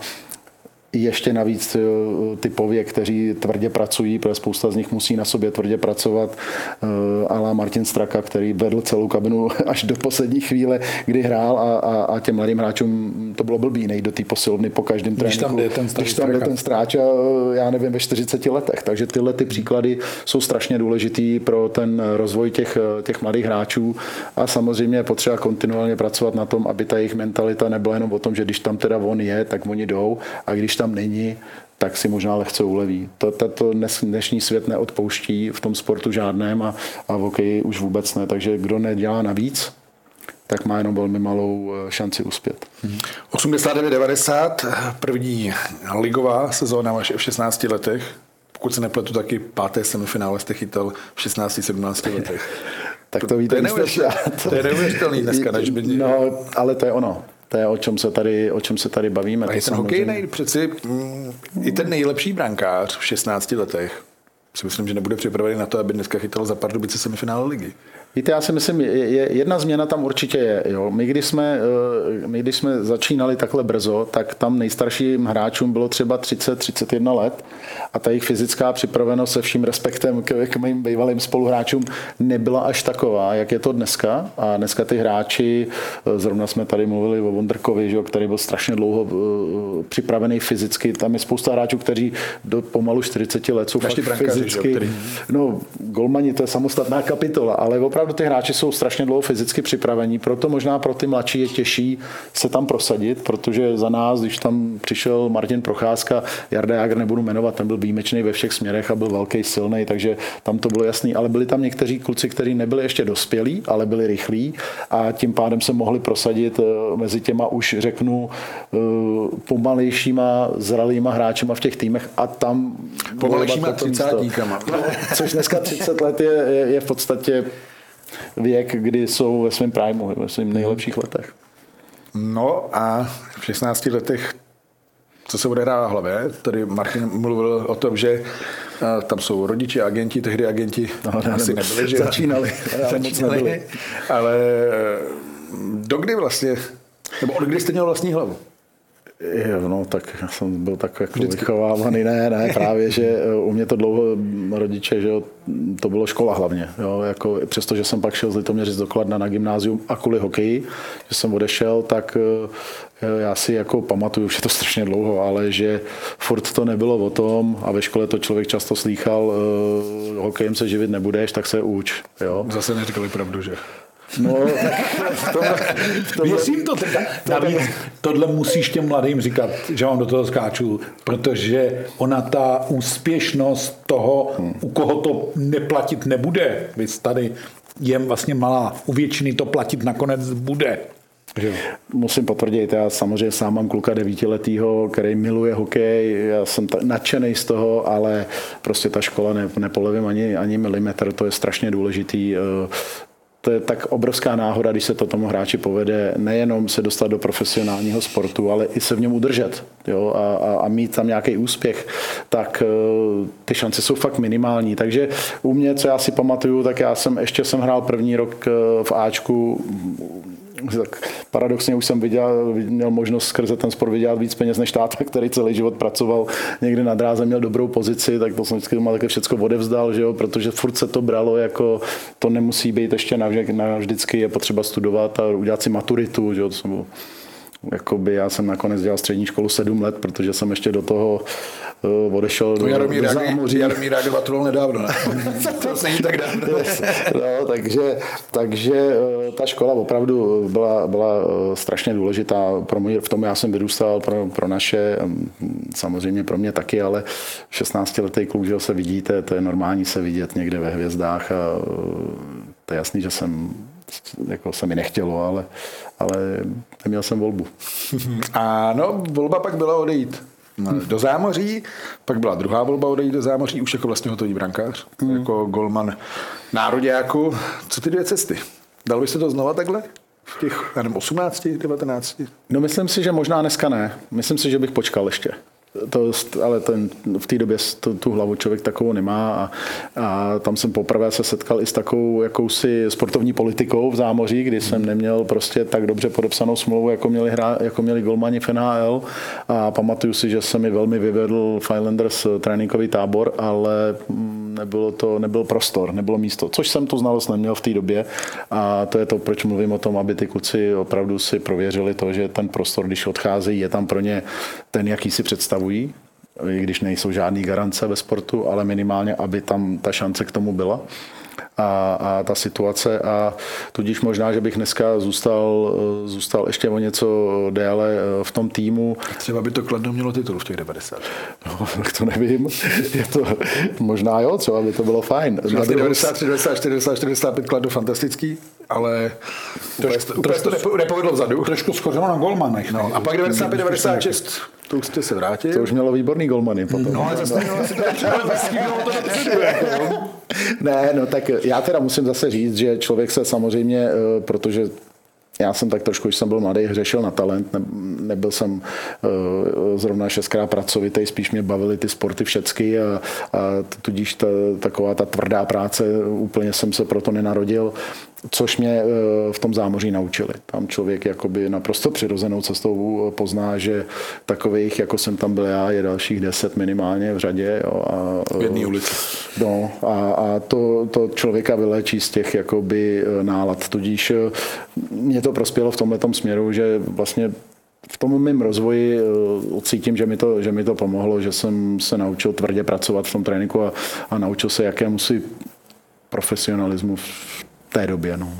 Ještě navíc typově, kteří tvrdě pracují, protože spousta z nich musí na sobě tvrdě pracovat, ala Martin Straka, který vedl celou kabinu až do poslední chvíle, kdy hrál a, a, a těm mladým hráčům to bylo blbý nejít do té posilovny po každém tréninku. Když tam jde ten, když tam jde ten stráč, já nevím, ve čtyřiceti letech. Takže tyhle ty příklady jsou strašně důležitý pro ten rozvoj těch, těch mladých hráčů a samozřejmě je potřeba kontinuálně pracovat na tom, aby ta jejich mentalita nebyla jenom o tom, že když tam teda on je, tak oni jdou a když tam není, tak si možná lehce uleví. To, to, to dnešní svět neodpouští v tom sportu žádném a, a v hokeji už vůbec ne. Takže kdo nedělá navíc, tak má jenom velmi malou šanci uspět. osmdesát devět devadesát, první ligová sezóna vaše v šestnácti letech. Pokud se nepletu, taky páté semifinále jste chytal v šestnácti sedmnácti letech. Tak to víte, to je neuvěřitelný dneska. Než by... No, ale to je ono. To je, o čem se tady, o čem se tady bavíme. A ten hokej nej, přeci mm, i ten nejlepší brankář v šestnácti letech si myslím, že nebude připravený na to, aby dneska chytal za Pardubice semifinále ligy. Víte, já si myslím, je, jedna změna tam určitě je. Jo. My, když jsme, my, když jsme začínali takhle brzo, tak tam nejstarším hráčům bylo třeba třicet třicet jedna let a ta jejich fyzická připravenost se vším respektem k, k mým bývalým spoluhráčům nebyla až taková, jak je to dneska. A dneska ty hráči, zrovna jsme tady mluvili o Vondrkovi, že, který byl strašně dlouho připravený fyzicky. Tam je spousta hráčů, kteří do pomalu čtyřiceti let jsou fakt fyzicky. Že, který... No, golmani, to je samostatná kapitola, ale opravdu ty hráči jsou strašně dlouho fyzicky připravení, proto možná pro ty mladší je těžší se tam prosadit, protože za nás, když tam přišel Martin Procházka, Jarda Jágr nebudu jmenovat, ten byl výjimečný ve všech směrech a byl velký, silný, takže tam to bylo jasný, ale byli tam někteří kluci, kteří nebyli ještě dospělí, ale byli rychlí a tím pádem se mohli prosadit mezi těma už řeknu pomalejšíma, zralýma hráčima v těch týmech a tam pomalejšíma třicátníkama. Což dneska třicet let je, je, je v podstatě věk, kdy jsou ve svém primu, ve svým nejlepších letech. No a v šestnácti letech, co se bude hrát v hlavě? Tady Martin mluvil o tom, že tam jsou rodiče, agenti, tehdy agenti no, ne, asi nebyli, že začínali, začínali nebyli. Ale dokdy vlastně, nebo od kdy jste měl vlastní hlavu? Jo, no, tak já jsem byl tak jako vychovávaný, ne, ne, právě, že u mě to dlouho rodiče, že jo, to bylo škola hlavně, jo, jako přestože jsem pak šel z Litoměřic do Kladna na gymnázium a kvůli hokeji, že jsem odešel, tak já si jako pamatuju, už je to strašně dlouho, ale že furt to nebylo o tom a ve škole to člověk často slýchal, hokejem se živit nebudeš, tak se uč, jo. Zase neříkali pravdu, že? No, v tomhle, v tomhle, Věřím to teda. Navíc tohle musíš těm mladým říkat, že vám do toho skáču, protože ona ta úspěšnost toho, hmm. u koho to neplatit nebude, víc tady je vlastně malá, u většiny to platit nakonec bude. Že? Musím potvrdit, já samozřejmě sám mám kluka devítiletýho, který miluje hokej, já jsem ta, nadšený z toho, ale prostě ta škola ne, nepolevím ani, ani milimetr, to je strašně důležitý. To je tak obrovská náhoda, když se to tomu hráči povede, nejenom se dostat do profesionálního sportu, ale i se v něm udržet, jo, a, a, a mít tam nějaký úspěch, tak ty šance jsou fakt minimální. Takže u mě, co já si pamatuju, tak já jsem ještě jsem hrál první rok v Ačku. Tak paradoxně už jsem viděl, měl možnost skrze ten sport vydělat víc peněz než táta, který celý život pracoval někde na dráze, měl dobrou pozici, tak to jsem vždycky doma také všecko odevzdal, že jo, protože furt se to bralo jako, to nemusí být ještě navždycky, je potřeba studovat a udělat si maturitu, že jo, to jsem, jakoby já jsem nakonec dělal střední školu sedm let, protože jsem ještě do toho uh, odešel to do, Jaromír do zámoří. Jaromír reagoval nedávno, ne? To není tak dávno. No, takže, takže uh, ta škola opravdu byla, byla uh, strašně důležitá pro mě, v tom já jsem vyrůstal, pro, pro naše, um, samozřejmě pro mě taky, ale šestnáctiletý kluk, že ho se vidíte, to je normální se vidět někde ve hvězdách a uh, to je jasný, že jsem jako se mi nechtělo, ale, ale neměl jsem volbu. Ano, volba pak byla odejít do zámoří, pak byla druhá volba odejít do zámoří, už jako vlastně hotový brankář, hmm. jako golman nároďáku. Co ty dvě cesty? Dal by se to znova takhle? V těch, nevím, osmnácti, devatenácti? No myslím si, že možná dneska ne. Myslím si, že bych počkal ještě. To, ale ten, v té době tu, tu hlavu člověk takovou nemá a, a tam jsem poprvé se setkal i s takovou jakousi sportovní politikou v zámoří, kdy jsem neměl prostě tak dobře podepsanou smlouvu, jako měli, hra, jako měli golmani v N H L a pamatuju si, že se mi velmi vyvedl Islanders tréninkový tábor, ale nebylo to, nebyl prostor, nebylo místo, což jsem tu znalost neměl v té době a to je to, proč mluvím o tom, aby ty kluci opravdu si prověřili to, že ten prostor, když odcházejí, je tam pro ně ten, jaký si představují, i když nejsou žádný garance ve sportu, ale minimálně, aby tam ta šance k tomu byla. A, a ta situace a tudíž možná, že bych dneska zůstal, zůstal ještě o něco déle v tom týmu. Třeba by to Kladno mělo titul v těch devadesátých. No, tak to nevím. Je to, možná jo, třeba by to bylo fajn. devadesát tři, devadesát čtyři, devadesát čtyři, devadesát pět Kladno fantastický, ale trošku, trošku to nepovedlo vzadu. Trošku skořilo na golmanech. No, a pak devadesát pět, devadesát šest to už jste se vrátil. To už mělo výborný golmany potom. No, ale zase mělo asi Ne, no tak já teda musím zase říct, že člověk se samozřejmě, protože já jsem tak trošku, když jsem byl mladý, řešil na talent, ne, nebyl jsem uh, zrovna šestkrát pracovitý, spíš mě bavily ty sporty všecky a, a tudíž ta, taková ta tvrdá práce, úplně jsem se proto nenarodil, což mě uh, v tom zámoří naučili. Tam člověk jakoby naprosto přirozenou cestou pozná, že takových, jako jsem tam byl já, je dalších deset minimálně v řadě. Jo, a, v jedné ulici. No, a, a to, to člověka vylečí z těch jakoby nálad. Tudíž mě to prospělo v tomhletom směru, že vlastně v tom mém rozvoji cítím, že mi to, že mi to pomohlo, že jsem se naučil tvrdě pracovat v tom tréninku a, a naučil se, jaké musí profesionalismu v té době. No.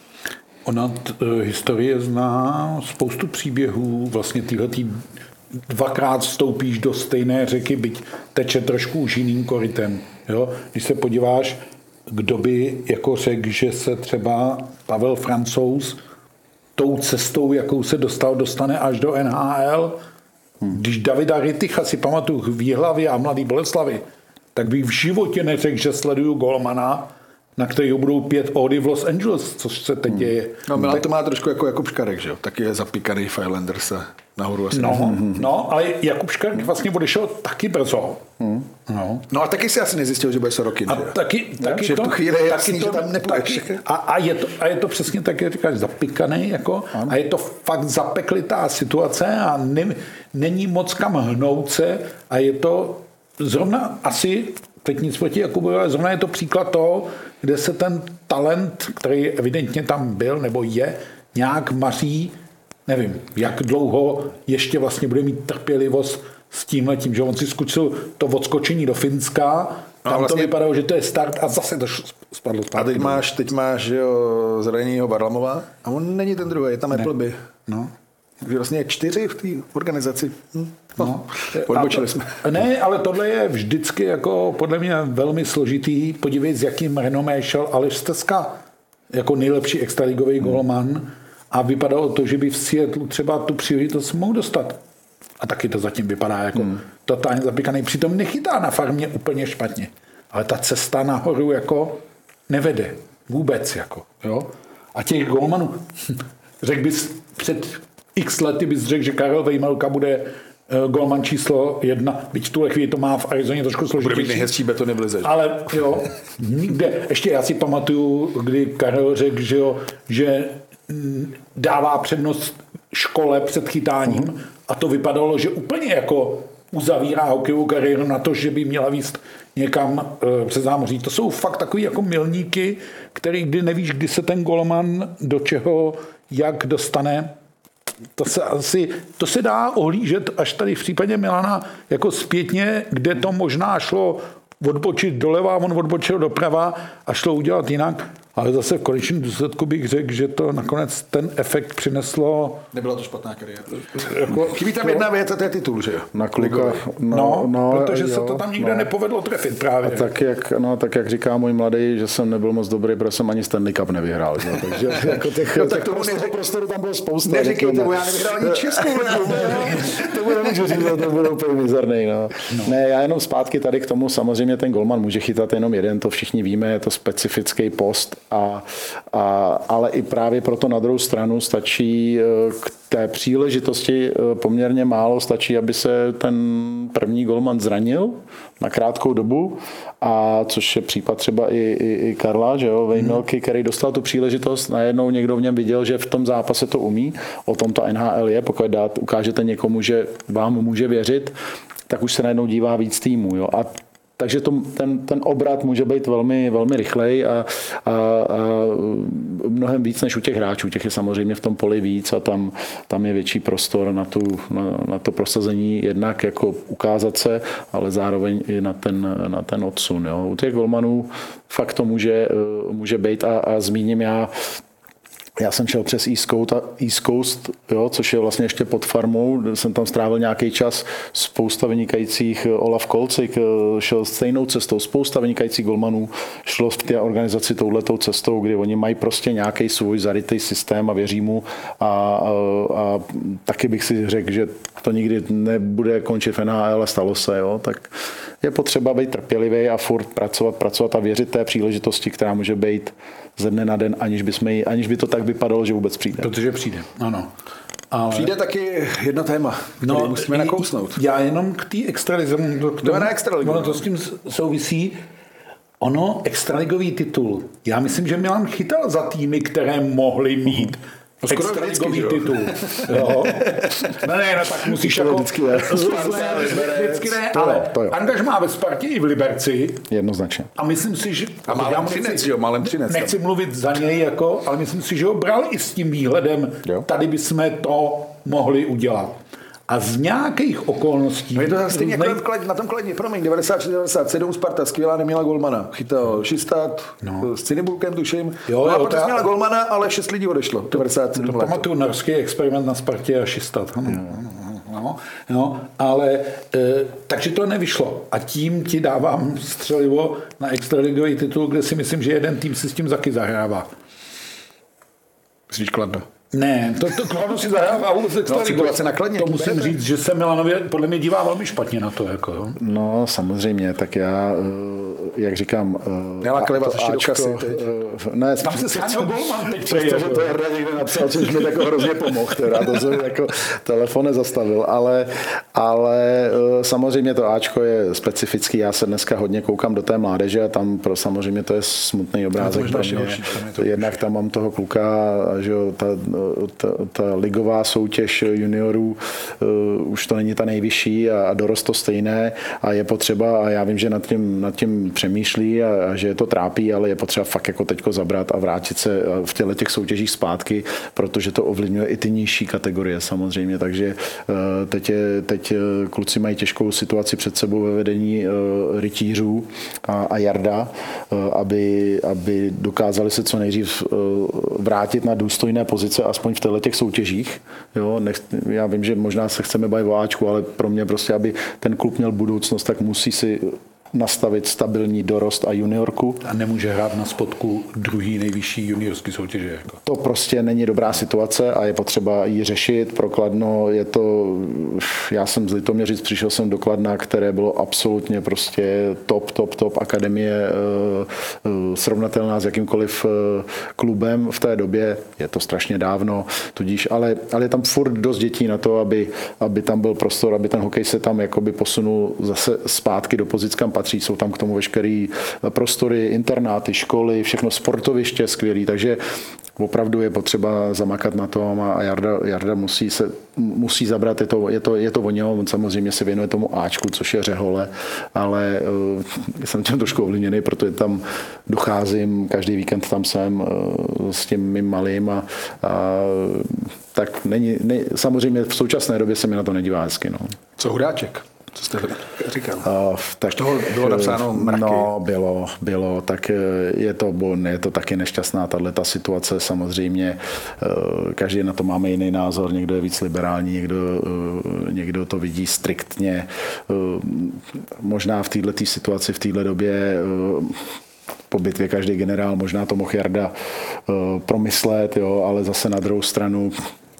Ona t, historie zná spoustu příběhů, vlastně tyhletý dvakrát vstoupíš do stejné řeky, byť teče trošku už jiným korytem. Jo? Když se podíváš, kdo by jako řekl, že se třeba Pavel Francouz tou cestou, jakou se dostal, dostane až do N H L. Hmm. Když Davida Ryticha si pamatuju v Jihlavě a Mladý Boleslavi, tak bych v životě neřekl, že sleduju golmana, na kterého budou pět ódy v Los Angeles, což se teď děje. Hmm. No, Milan to má trošku jako Jakub Škarek, že jo? Taky je zapíkaný v Islanders nahoru asi. No, no, ale Jakub Škarek vlastně odešel taky brzo. Hmm. No. no a taky si asi nezjistil, že bude Sorokin. A taky, taky že to, v tu chvíli je jasný, to, že tam nepůjdeš. A, a, je to, a je to přesně tak, jak říkáš, zapikaný, jako, a je to fakt zapeklitá situace a ne, není moc kam hnout se a je to zrovna asi, teď nic proti Jakubovi, ale zrovna je to příklad toho, kde se ten talent, který evidentně tam byl nebo je, nějak maří, nevím, jak dlouho ještě vlastně bude mít trpělivost s tímhletím, že on si zkusil to odskočení do Finska, tam no, vlastně to vypadalo, že to je start a zase to spadlo zpátky. A teď máš, teď máš jo, zraněnýho Barlamova a on není ten druhý, je tam Appleby. No. Takže vlastně je čtyři v té organizaci. Hm. No, odbočili to, jsme. Ne, ale tohle je vždycky jako podle mě velmi složitý. Podívej, s jakým renomé šel Aleš Stezka jako nejlepší extraligový hmm. golman a vypadalo to, že by v Seattlu třeba tu příležitost mohl dostat. A taky to zatím vypadá jako hmm. totálně zapíkaný. Přitom nechytá na farmě úplně špatně. Ale ta cesta nahoru jako nevede. Vůbec jako. Jo? A těch golmanů, řekl bys před x lety bys řekl, že Karel Vejmelka bude golman číslo jedna, byť v tuhle chvíli to má v Arizoně trošku složitější. Bude mít nejhezčí betony v lize. Ale jo, nikde. Ještě já si pamatuju, kdy Karel řekl, že, jo, že dává přednost škole před chytáním uh-huh. a to vypadalo, že úplně jako uzavírá hokejovou kariéru na to, že by měla víc někam e, přes zámoří. To jsou fakt takový jako milníky, který kdy nevíš, kdy se ten golman do čeho, jak dostane. To se asi, to se dá ohlížet až tady v případě Milana jako zpětně, kde to možná šlo odbočit doleva, on odbočil doprava a šlo udělat jinak. Ale zase v konečném důsledku bych řekl, že to nakonec ten efekt přineslo... Nebyla to špatná kariéra. Jako, chybí tam jedna věc a to je titul, že jo? Na klukách. No, no, no, protože jo, se to tam nikde no. nepovedlo trefit právě. A tak jak, no, tak jak říká můj mladý, že jsem nebyl moc dobrý, protože jsem ani Stanley Cup nevyhrál. Že? Takže jako těch, no, těch tak tomu prostoru, prostoru tam bylo spousta. Neříkej tomu, já nevyhrál ani Českou ligu. To bude nemůžu říct, to bude úplně mizerný. No. No. Ne, já jenom zpátky tady k tomu, samozřejmě ten golman může chytat jenom jeden, to všichni víme, je to specifický post a A, ale i právě proto na druhou stranu stačí k té příležitosti poměrně málo, stačí, aby se ten první golman zranil na krátkou dobu, a což je případ třeba i, i, i Karla, že jo, Vejmelky, který dostal tu příležitost, najednou někdo v něm viděl, že v tom zápase to umí, o tom ta N H L je, pokud dát, ukážete někomu, že vám může věřit, tak už se najednou dívá víc týmů, jo, a takže to, ten, ten obrat může být velmi, velmi rychlej a, a, a mnohem víc než u těch hráčů. Těch je samozřejmě v tom poli víc a tam, tam je větší prostor na, tu, na, na to prosazení jednak jako ukázat se, ale zároveň i na ten, na ten odsun. Jo. U těch golmanů fakt to může, může být a, a zmíním já. Já jsem šel přes East Coast, East Coast jo, což je vlastně ještě pod farmou. Jsem tam strávil nějaký čas, spousta vynikajících, Olaf Kolcik šel stejnou cestou, spousta vynikajících golmanů šlo v té organizaci touhletou cestou, kdy oni mají prostě nějaký svůj zarytý systém a věří mu a, a, a taky bych si řekl, že to nikdy nebude končit v N H L a stalo se, jo, tak je potřeba být trpělivý a furt pracovat, pracovat a věřit té příležitosti, která může být ze dne na den, aniž, bychom jí, aniž by to tak vypadalo, že vůbec přijde. Protože přijde, ano. Ale... Přijde taky jedno téma, které no, musíme nakousnout. Já jenom k té extralize. Jdeme extraligu. Ono to s tím souvisí. Ono, extraligový titul. Já myslím, že Milan chytal za týmy, které mohly mít no, extraligový titul. Jo. No ne, no tak musíš jako... Vždycky ne. Vždycky ne, ale angažmá ve Spartě i v Liberci. Jednoznačně. A myslím si, že... A málem třinec, jo, málem třinec. Nechci mluvit za něj, jako, ale myslím si, že ho bral i s tím výhledem, jo. Tady bychom to mohli udělat. A z nějakých okolností... No je to stejně různej... jako na tom Kladně, promiň, devadesát šest devadesát sedm Sparta, skvělá, neměla golmana. Chytal Šistát, no. S Cinibulkem tuším. Jo, no a protože ta... měla golmana, ale šest lidí odešlo. devadesát sedm to pamatuju norský experiment na Spartě a Šistát. Ano, no. No, no, ale e, takže to nevyšlo. A tím ti dávám střelivo na extraligový titul, kde si myslím, že jeden tým si s tím taky zahrává. Myslíš Kladno? Ne, to, to Kladno si zahrává vůbec extraligu. No, to musím říct, že se Milanově podle mě dívá velmi špatně na to. Jako, jo. No samozřejmě, tak já, jak říkám... Měla klevat ještě do kasy teď. Ne, tam se scháněl golman teď. Přestože to Jarda někde napsal, což mi jako hrozně pomohl, teda to jsem jako telefon nezastavil, ale, ale samozřejmě to Ačko je specifický, já se dneska hodně koukám do té mládeže a tam pro, samozřejmě to je smutný obrázek pro mě. Jednak tam mám toho kluka, že jo, ta, ta, ta ligová soutěž juniorů uh, už to není ta nejvyšší a, a dorost to stejné a je potřeba, a já vím, že nad tím, nad tím přemýšlí a, a že je to trápí, ale je potřeba fakt jako teďko zabrat a vrátit se v těchto těch soutěžích zpátky, protože to ovlivňuje i ty nižší kategorie samozřejmě, takže uh, teď, je, teď kluci mají těžkou situaci před sebou ve vedení uh, rytířů a, a Jarda, uh, aby, aby dokázali se co nejdřív uh, vrátit na důstojné pozice aspoň v těchto těch soutěžích. Jo, nech, já vím, že možná se chceme bavit o Ačku, ale pro mě prostě, aby ten klub měl budoucnost, tak musí si nastavit stabilní dorost a juniorku. A nemůže hrát na spodku druhý nejvyšší juniorský soutěže. Jako. To prostě není dobrá situace a je potřeba ji řešit. Pro Kladno je to, já jsem z Litoměřic, přišel jsem do Kladna, které bylo absolutně prostě top, top, top akademie, srovnatelná s jakýmkoliv klubem v té době. Je to strašně dávno, tudíž, ale, ale je tam furt dost dětí na to, aby, aby tam byl prostor, aby ten hokej se tam jakoby posunul zase zpátky do pozic, kam patří. Jsou tam k tomu veškerý prostory, internáty, školy, všechno sportoviště skvělý, takže opravdu je potřeba zamakat na tom a Jarda, Jarda musí, se, musí zabrat, je to, je, to, je to o něm, on samozřejmě se věnuje tomu Ačku, což je Řehole, ale uh, jsem tím trošku ovlivněný, protože tam docházím, každý víkend tam jsem uh, s tím mým malým a, a tak není, ne, samozřejmě v současné době se mi na to nedívá hezky. No. Co Hudáček? Co jste říkal? Uh, tak, toho bylo napsáno mraky. No, bylo, bylo, tak je to, je to taky nešťastná tato situace samozřejmě. Uh, každý na to máme jiný názor, někdo je víc liberální, někdo, uh, někdo to vidí striktně. Uh, možná v této situaci, v této době uh, po bitvě každý generál, možná to mohl Jarda uh, promyslet, jo, ale zase na druhou stranu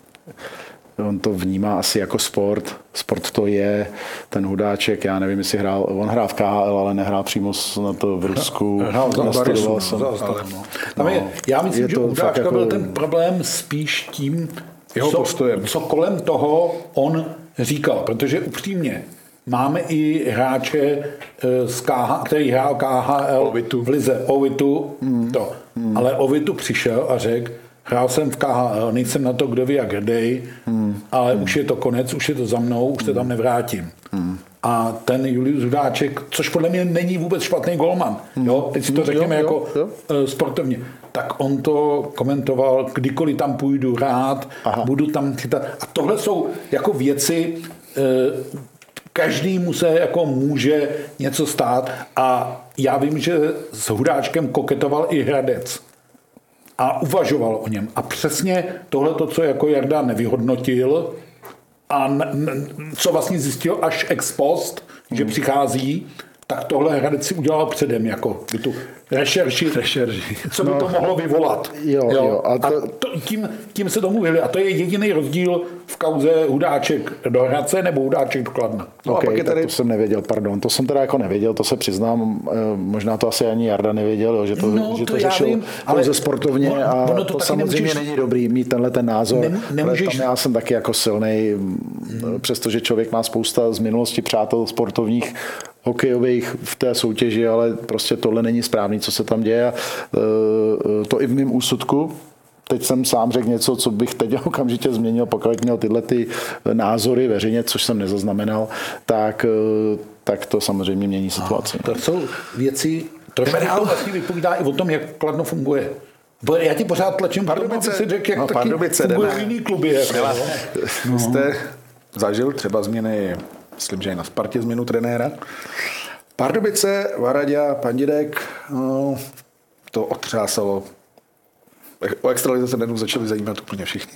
on to vnímá asi jako sport. Sport to je, ten Hudáček, já nevím, jestli hrál, on hrál v K H L, ale nehrál přímo na to v Rusku. Hrál za Nastudoval jsem. No, je, já myslím, že u Hudáčka jako byl ten problém spíš tím, jeho co, postojem. co kolem toho on říkal, protože upřímně máme i hráče z K H, který hrál K H L Ovitu. V lize Ovitu, mm. to. Mm. Ale Ovitu přišel a řekl, hrál jsem v K H L, nejsem na to kdo ví jak hrdej, hmm. ale hmm. už je to konec, už je to za mnou, už se tam nevrátím. Hmm. A ten Julius Hudáček, což podle mě není vůbec špatný golman, hmm. jo, teď si to řekněme jo, jako jo, jo. sportovně, tak on to komentoval, kdykoliv tam půjdu rád, Aha. budu tam chytat. A tohle jsou jako věci, každý mu se jako může něco stát a já vím, že s Hudáčkem koketoval i Hradec. A uvažoval o něm. A přesně tohleto, co jako Jarda nevyhodnotil a n- n- co vlastně zjistil až ex post, hmm. že přichází, tak tohle Hradec si udělal předem, jako tu rešerši, rešerši. co by no, to mohlo vyvolat. Jo, jo. Jo, a to... a to, tím, tím se tomu vyhli. A to je jediný rozdíl v kauze Hudáček do Hradce nebo Hudáček do Kladna. No okay, a pak je tady... to jsem nevěděl, pardon. To jsem teda jako nevěděl, to se přiznám. Možná to asi ani Jarda nevěděl, jo, že to, no, že to, to řešil vím, ale ze sportovně on, a ono to, to samozřejmě nemůžeš... není dobrý mít tenhle ten názor. Nem, nemůžeš... Tam já jsem taky jako silnej, hmm. přestože člověk má spousta z minulosti přátel sportovních, hokejových v té soutěži, ale prostě tohle není správný, co se tam děje. A to i v mém úsudku. Teď jsem sám řekl něco, co bych teď okamžitě změnil, pokud měl tyhle ty názory veřejně, což jsem nezaznamenal, tak, tak to samozřejmě mění situaci. To jsou věci, trošku to vlastně vypovídá i o tom, jak Kladno funguje. Já ti pořád tlačím, Pardubice, si řekl, jak no, taky fungují jiný kluby. Jako, no. Jste zažil třeba změny, myslím, že i na Spartě změnu trenéra. Pardubice, Varaďa, Pandidek, no, to otřásalo. O extralizaci nedů začali zajímat úplně všichni.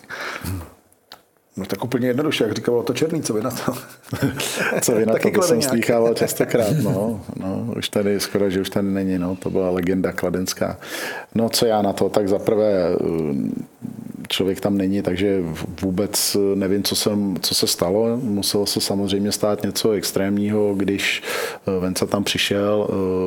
No tak úplně jednoduše, jak říkalo to Černý, co vy na to? Co vy na to, to jsem slýchával častokrát, no, no, už tady skoro, že už tady není, no, to byla legenda kladenská. No, co já na to, tak zaprvé člověk tam není, takže vůbec nevím, co, jsem, co se stalo. Muselo se samozřejmě stát něco extrémního, když Venca tam přišel.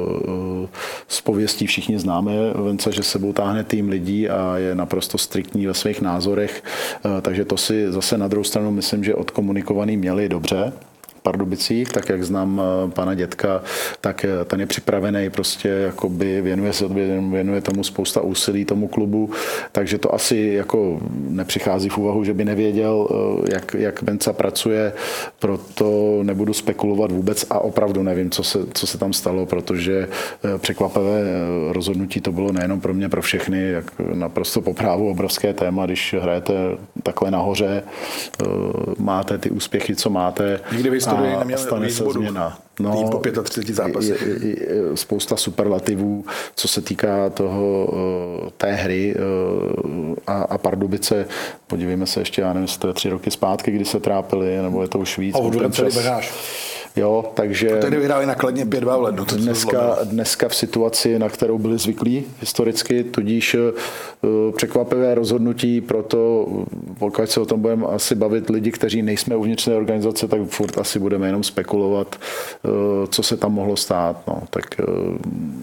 Z pověstí všichni známe Venca, že sebou táhne tým lidí a je naprosto striktní ve svých názorech, takže to si zase na druhou stranu myslím, že odkomunikovaný měli dobře. Pardubicích, tak jak znám pana Dětka, tak ten je připravený, prostě jakoby věnuje se, věnuje tomu spousta úsilí tomu klubu, takže to asi jako nepřichází v úvahu, že by nevěděl, jak, jak Venca pracuje, proto nebudu spekulovat vůbec a opravdu nevím, co se, co se tam stalo, protože překvapivé rozhodnutí to bylo nejenom pro mě, pro všechny, jak naprosto po právu obrovské téma, když hrajete takhle nahoře, máte ty úspěchy, co máte. Nikdy v historii neměl stane se změna. No, tým po třiceti pěti zápasech. Je, je, je spousta superlativů, co se týká toho, té hry a, a Pardubice. Podívejme se ještě, já nevím, jestli to je tři roky zpátky, kdy se trápili, nebo je to už víc. A odvraceli baráž. Jo, takže... A tedy vyhráli nakladně pět dva v lednu. To dneska, dneska v situaci, na kterou byli zvyklí historicky, tudíž uh, překvapivé rozhodnutí, proto pokud se o tom budeme asi bavit lidi, kteří nejsme uvnitř té organizace, tak furt asi budeme jenom spekulovat, uh, co se tam mohlo stát. No, tak uh,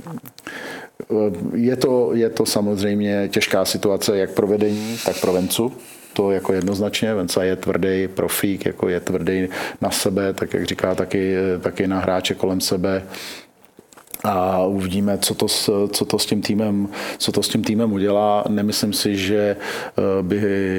je to, je to samozřejmě těžká situace jak pro vedení, tak pro Vencu. To jako jednoznačně, Venca je tvrdý profík, jako je tvrdý na sebe, tak jak říká, taky, taky na hráče kolem sebe. A uvidíme, co to, s, co to s tím týmem, co to s tím týmem udělá. Nemyslím si, že by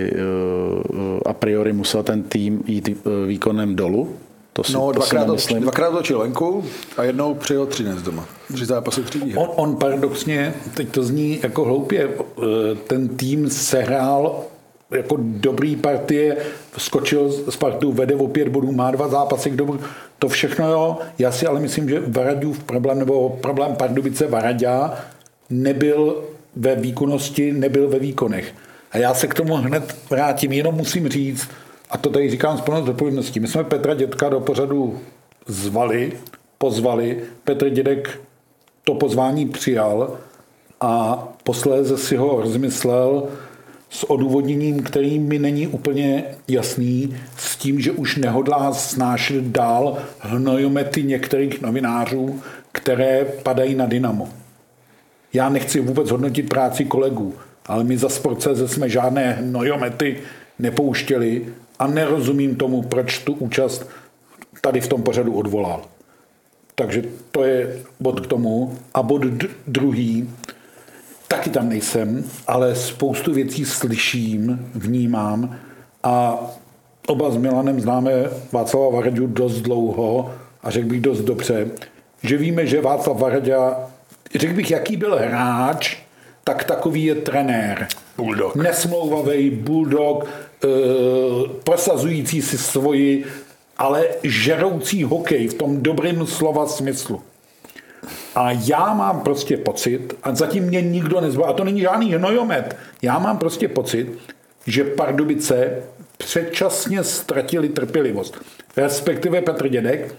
a priori musel ten tým jít výkonem dolů. To si, no, to dvakrát, si dvakrát točil venku a jednou přijel třinec doma. Tři zápasy, tři výhry. On, on paradoxně, teď to zní jako hloupě, ten tým sehrál jako dobrý partie, skočil z Spartu, vede o pět bodů, má dva zápasy k dobru. To všechno jo. Já si ale myslím, že Varaďův problém, nebo problém Pardubice Varaďa nebyl ve výkonnosti, nebyl ve výkonech. A já se k tomu hned vrátím, jenom musím říct, a to tady říkám s plnou zodpovědností. My jsme Petra Dědka do pořadu zvali, pozvali. Petr Dědek to pozvání přijal a posléze si ho rozmyslel s odůvodněním, který mi není úplně jasný, s tím, že už nehodlá snášet dál hnojomety některých novinářů, které padají na Dynamo. Já nechci vůbec hodnotit práci kolegů, ale my za Sport tečka cé zet jsme žádné hnojomety nepouštěli a nerozumím tomu, proč tu účast tady v tom pořadu odvolal. Takže to je bod k tomu. A bod d- druhý, taky tam nejsem, ale spoustu věcí slyším, vnímám a oba s Milanem známe Václava Varaďu dost dlouho a řekl bych dost dobře, že víme, že Václav Varaďa, řekl bych, jaký byl hráč, tak takový je trenér. Bulldog. Nesmlouvavý bulldog, e, prosazující si svoji, ale žeroucí hokej v tom dobrým slova smyslu. A já mám prostě pocit, a zatím mě nikdo nezval, a to není žádný hnojomet, já mám prostě pocit, že Pardubice předčasně ztratili trpělivost. Respektive Petr Dědek,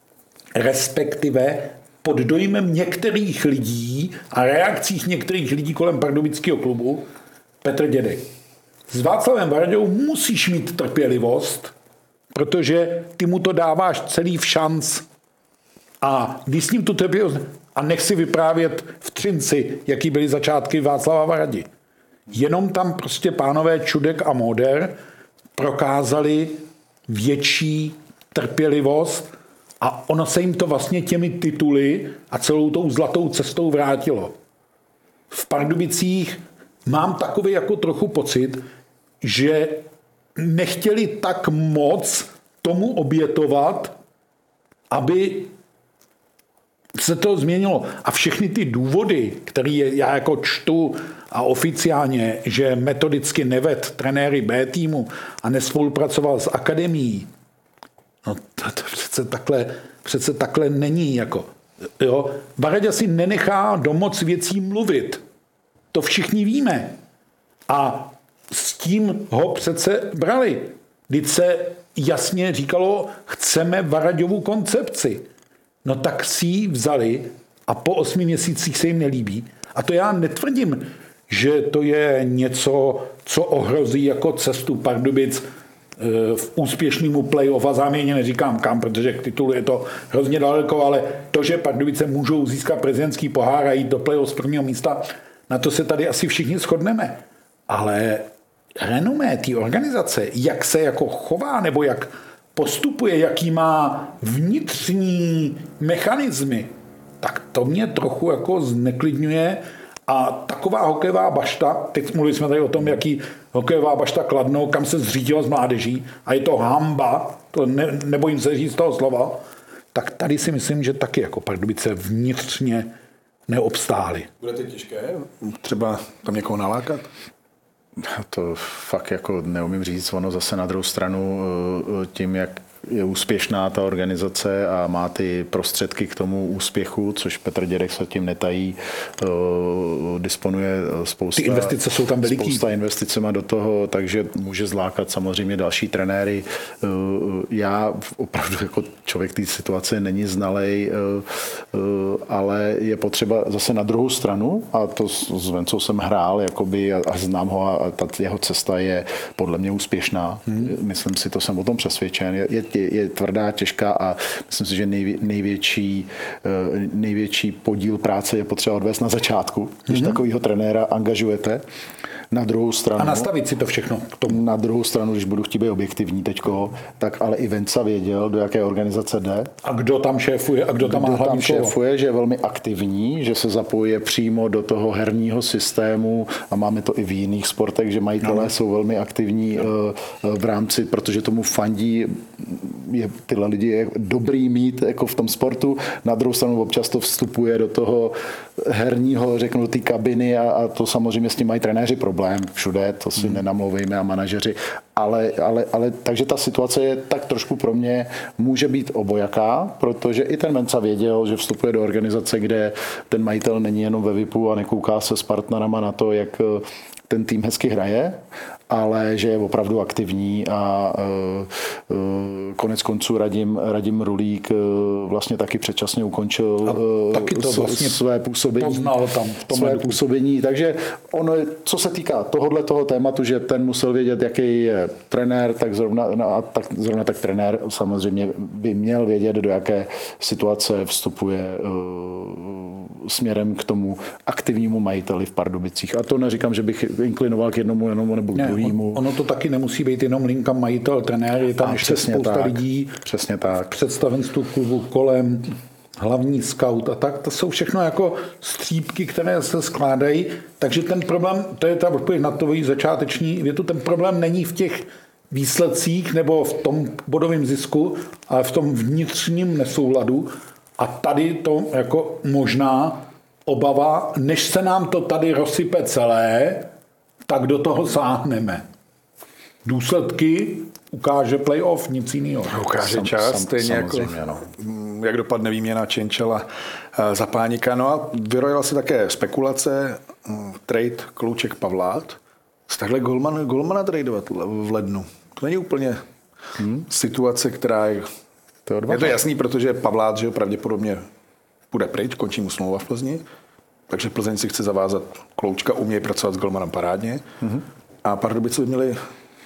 respektive pod dojmem některých lidí a reakcích některých lidí kolem pardubického klubu, Petr Dědek. S Václavem Varaďou musíš mít trpělivost, protože ty mu to dáváš celý v šanc. A když s ním tu trpělivost a nech si vyprávět v Třinci, jaký byly začátky Václava Varadi. Jenom tam prostě pánové Čudek a Moder prokázali větší trpělivost a ono se jim to vlastně těmi tituly a celou tou zlatou cestou vrátilo. V Pardubicích mám takový jako trochu pocit, že nechtěli tak moc tomu obětovat, aby se to změnilo. A všechny ty důvody, které já jako čtu a oficiálně, že metodicky neved trenéry B týmu a nespolupracoval s akademií, no to, to přece, takhle, přece takhle není. Jako, jo. Varaďa si nenechá do moc věcí mluvit. To všichni víme. A s tím ho přece brali. Když se jasně říkalo, chceme Varaďovu koncepci. No tak si ji vzali a po osmi měsících se jim nelíbí. A to já netvrdím, že to je něco, co ohrozí jako cestu Pardubic v úspěšnému play-off a záměrně neříkám kam, protože k titulu je to hrozně daleko, ale to, že Pardubice můžou získat prezidentský pohár a jít do play-off z prvního místa, na to se tady asi všichni shodneme. Ale renomé té organizace, jak se jako chová nebo jak postupuje, jaký má vnitřní mechanismy, tak to mě trochu jako zneklidňuje a taková hokejová bašta, teď mluvili jsme tady o tom, jaký hokejová bašta Kladno, kam se zřídila z mládeží a je to hamba, to ne, nebojím se říct toho slova, tak tady si myslím, že taky jako Pardubice vnitřně neobstály. Bude to těžké třeba tam někoho nalákat? To fakt jako neumím říct, ono zase na druhou stranu tím, jak je úspěšná ta organizace a má ty prostředky k tomu úspěchu, což Petr Dědek se tím netají, disponuje spousta, ty investice jsou tam veliký. Spousta investicema do toho, takže může zlákat samozřejmě další trenéry. Já opravdu jako člověk té situace není znalej, ale je potřeba zase na druhou stranu, a to s Vencou jsem hrál jakoby, a znám ho a ta jeho cesta je podle mě úspěšná. Hmm. Myslím si, to jsem o tom přesvědčen. Je, je, je tvrdá, těžká a myslím si, že nej, největší, největší podíl práce je potřeba odvést na začátku, když hmm. takovýho trenéra angažujete. Na druhou stranu, a nastavit si to všechno k tomu. Na druhou stranu, když budu chtít být objektivní teďko, tak ale i Venca věděl, do jaké organizace jde. A kdo tam šéfuje a kdo tam kdo má hlavní tam šéfuje, že je velmi aktivní, že se zapojuje přímo do toho herního systému a máme to i v jiných sportech, že majitelé no. jsou velmi aktivní no. v rámci, protože tomu fandí, je, tyhle lidi je dobrý mít jako v tom sportu. Na druhou stranu občas to vstupuje do toho herního, řeknu, do té kabiny a, a to samozřejmě s tím mají trenéři problém všude, to si hmm. nenamlouvejme a manažeři, ale, ale, ale takže ta situace je tak trošku pro mě může být obojaká, protože i ten Venca věděl, že vstupuje do organizace, kde ten majitel není jenom ve vipu a nekouká se s partnerama na to, jak ten tým hezky hraje, ale že je opravdu aktivní a uh, uh, konec konců Radim, Radim Rulík uh, vlastně taky předčasně ukončil uh, taky to vlastně své působení. Poznal tam v tom své působení. Takže ono, co se týká tohohle toho tématu, že ten musel vědět, jaký je trenér, tak zrovna, no, tak zrovna tak trenér samozřejmě by měl vědět, do jaké situace vstupuje uh, směrem k tomu aktivnímu majiteli v Pardubicích. A to neříkám, že bych inklinoval k jednomu jednomu nebo k druhému. Ono to taky nemusí být jenom linka majitel, trenér, je tam ještě spousta tak, lidí, přesně tak. představenstvu klubu kolem, hlavní scout a tak. To jsou všechno jako střípky, které se skládají. Takže ten problém, to je ta odpověď na tvoji začáteční větu, ten problém není v těch výsledcích nebo v tom bodovém zisku, ale v tom vnitřním nesouladu. A tady to jako možná obava, než se nám to tady rozsype celé, tak do toho sáhneme. Důsledky ukáže playoff, nic jiného. Ukáže sam, čas, sam, stejně jako no. jak dopadne výměna Čenčela za Pánika. No a vyrojila se také spekulace, trade Klouček Pavlát. Z takhle golman, golmana tradovat v lednu. To není úplně hmm. situace, která je... To je, je to jasný, protože Pavlát, že pravděpodobně půjde pryč, končí mu smlouva v Plzni. Takže Plzeň si chce zavázat Kloučka, umějí pracovat s golmanem parádně. Mm-hmm. A Pardubice by měli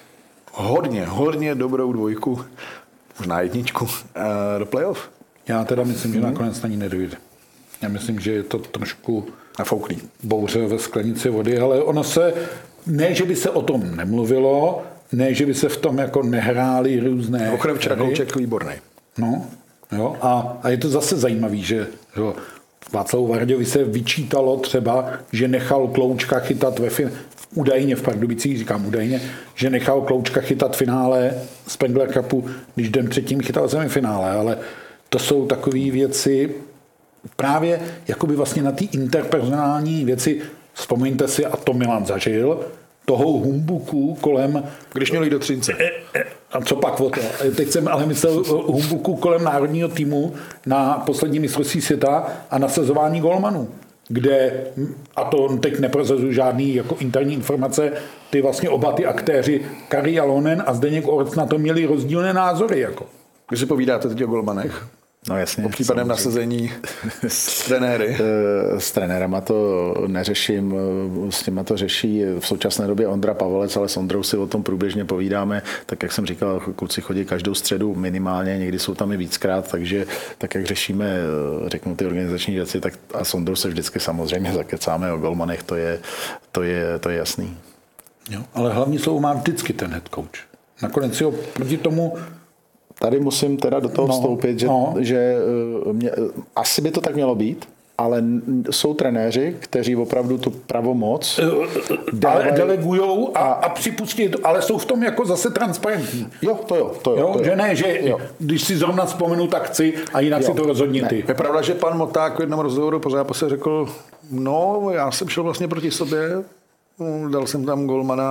hodně, hodně dobrou dvojku, možná jedničku, do playoff. Já teda myslím, že mm-hmm. nakonec na ní nedojde. Já myslím, že je to trošku nafouklý. Bouře ve sklenici vody, ale ono se, ne, že by se o tom nemluvilo, ne, že by se v tom jako nehrály různé... Ochrém včera Klouček výborný. No, jo, a, a je to zase zajímavý, že jo, Václavu Varďovi se vyčítalo třeba, že nechal Kloučka chytat ve finále, údajně v Pardubicích, říkám údajně, že nechal Kloučka chytat finále Spengler Cupu, když den předtím chytal semifinále, ale to jsou takové věci právě jakoby vlastně na ty interpersonální věci, vzpomeňte si, a to Milan zažil, toho humbuku kolem... Když měl jít do Třince. A co pak o to? Teď jsem ale myslel humbuku kolem národního týmu na poslední mistrovství světa a nasazování golmanů, kde, a to teď neprozazuji žádný jako interní informace, ty vlastně oba ty aktéři, Kari Jalonen a Zdeněk Orc, na to měli rozdílné názory. Jako. Když si povídáte teď o golmanech? No jasně. Po případném nasazení s trenéry. S trenérama to neřeším, s těma to řeší v současné době Ondra Pavelec, ale s Ondrou si o tom průběžně povídáme. Tak jak jsem říkal, kluci chodí každou středu minimálně, někdy jsou tam i víckrát, takže tak jak řešíme, řeknu ty organizační věci, tak a s Ondrou se vždycky samozřejmě zakecáme o golmanech, to je, to je, to je jasný. Jo, ale hlavní slovo má vždycky ten head coach. Nakonec si ho proti tomu... Tady musím teda do toho no, vstoupit, že, no. že mě, asi by to tak mělo být, ale jsou trenéři, kteří opravdu tu pravomoc ale delegujou a, a připustí to, ale jsou v tom jako zase transparentní. Jo, to jo. To jo, jo, to jo. Že ne, že jo. Když si zrovna vzpomenu, tak chci a jinak jo. si to rozhodni ty. Je pravda, že pan Moták v jednom rozhovoru po zápase řekl, no, já jsem šel vlastně proti sobě, dal jsem tam golmana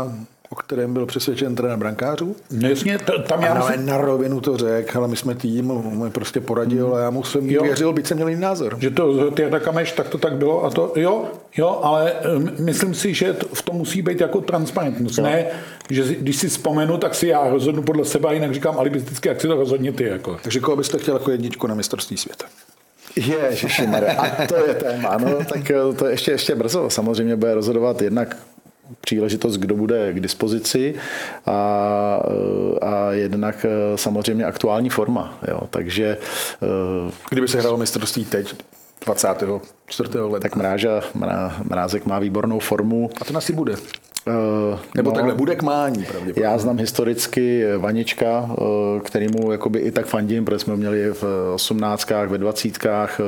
o kterém byl přesvědčen trenér brankářů. No jasně, to, tam já ale na rovinu to řekl, ale my jsme tým, mi prostě poradil hmm. a já mu jsem věřil, byť jsem měl jiný názor. Že to, ty Takameš, tak to tak bylo a to, jo, jo, ale myslím si, že to, v tom musí být jako transparentnost. Jo. Ne, že když si vzpomenu, tak si já rozhodnu podle sebe a jinak říkám alibisticky, jak si to rozhodně ty. Jako. Takže koho byste chtěl jako jedničku na mistrovství světa? Ježišmarja, a to je téma, no, tak to je ještě, ještě brzo. Samozřejmě bude rozhodovat jednak příležitost, kdo bude k dispozici a, a jednak samozřejmě aktuální forma. Jo. Takže, kdyby se hrál mistrovství teď, dvacátého čtvrtého ledna. Tak Mráža, Mrázek má výbornou formu. A to asi bude. Uh, Nebo no, takhle bude k mání, pravděpodobně. Já znám historicky Vanička, kterýmu jakoby i tak fandím, protože jsme měli v osmnáctkách, ve dvacítkách.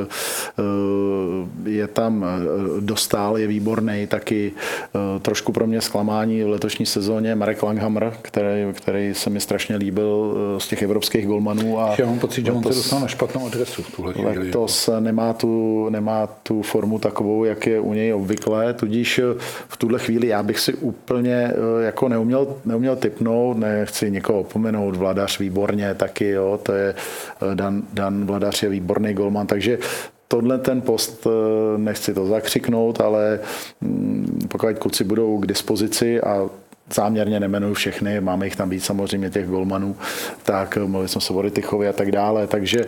Je tam Dostál, je výborný, taky trošku pro mě zklamání v letošní sezóně Marek Langhammer, který, který se mi strašně líbil z těch evropských golmanů. A já mám pocit, že on se dostal na špatnou adresu v tuhle chvíli. Letos nemá tu, nemá tu formu takovou, jak je u něj obvyklé, tudíž v tuhle chvíli já bych si úplně jako neuměl, neuměl tipnout, nechci někoho opomenout, Vladař výborně taky, jo, to je Dan, Dan Vladař je výborný golman, takže tohle ten post, nechci to zakřiknout, ale pokud kluci budou k dispozici a záměrně nemenuju všechny, máme jich tam víc samozřejmě těch golmanů, tak mluvili jsme se o Rytichovi a tak dále, takže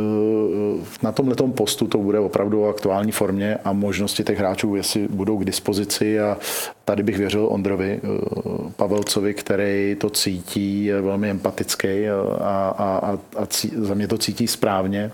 na tomhletom postu to bude opravdu v aktuální formě a možnosti těch hráčů, jestli budou k dispozici a tady bych věřil Ondrovi Pavelcovi, který to cítí, je velmi empatický a, a, a, a cí, za mě to cítí správně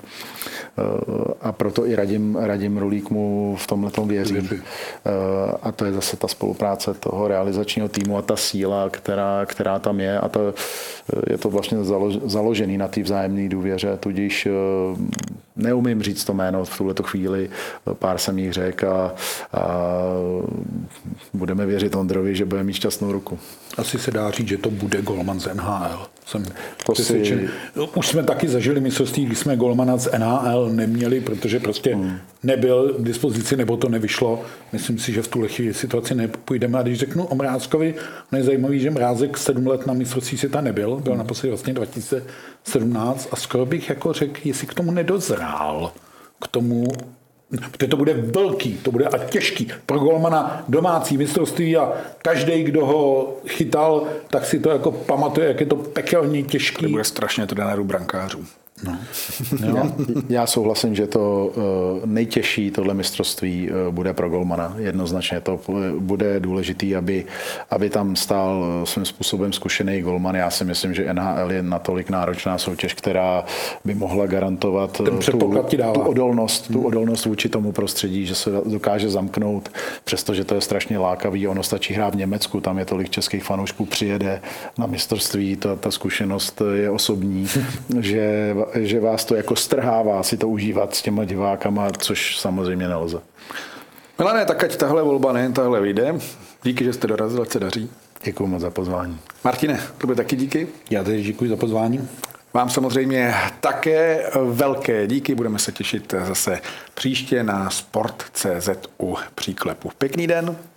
a proto i Radim, Radim Rulík mu v tomhletom věří. A to je zase ta spolupráce toho realizačního týmu a ta síla, která, která tam je a to, je to vlastně založený na té vzájemné důvěře, tudíž neumím říct to jméno v tuhleto chvíli, pár jsem jich řekl a, a budeme věřit Ondrovi, že bude mít šťastnou ruku. Asi se dá říct, že to bude golman z N H L. Jsem to si... Už jsme taky zažili mistrovství, když jsme golmana z N H L neměli, protože prostě hmm. nebyl k dispozici, nebo to nevyšlo. Myslím si, že v tuhle chvíli situaci nepůjdeme. A když řeknu o Mrázkovi, no je zajímavý, že Mrázek sedm let na mistrovství světa nebyl, byl naposledy vlastně dva tisíce sedmnáct a skoro bych jako řekl, jestli k tomu nedozrál, k tomu, protože to bude velký, to bude a těžký pro golmana domácí mistrovství a každý, kdo ho chytal, tak si to jako pamatuje, jak je to pekelně těžký. To bude strašně trenérů brankářů. No. Já, já souhlasím, že to nejtěžší tohle mistrovství bude pro golmana. Jednoznačně to bude důležitý, aby, aby tam stál svým způsobem zkušený golman. Já si myslím, že N H L je natolik náročná soutěž, která by mohla garantovat tu, tu odolnost, tu odolnost vůči tomu prostředí, že se dokáže zamknout, přestože to je strašně lákavý. Ono stačí hrát v Německu, tam je tolik českých fanoušků, přijede na mistrovství, ta, ta zkušenost je osobní, že že vás to jako strhává si to užívat s těma divákama, což samozřejmě nelze. Milane, tak ať tahle volba nejen tahle vyjde. Díky, že jste dorazil, ať se daří. Děkuji moc za pozvání. Martine, tobě taky díky. Já tedy děkuji za pozvání. Vám samozřejmě také velké díky. Budeme se těšit zase příště na sport tečka cé zet u příklepu. Pěkný den.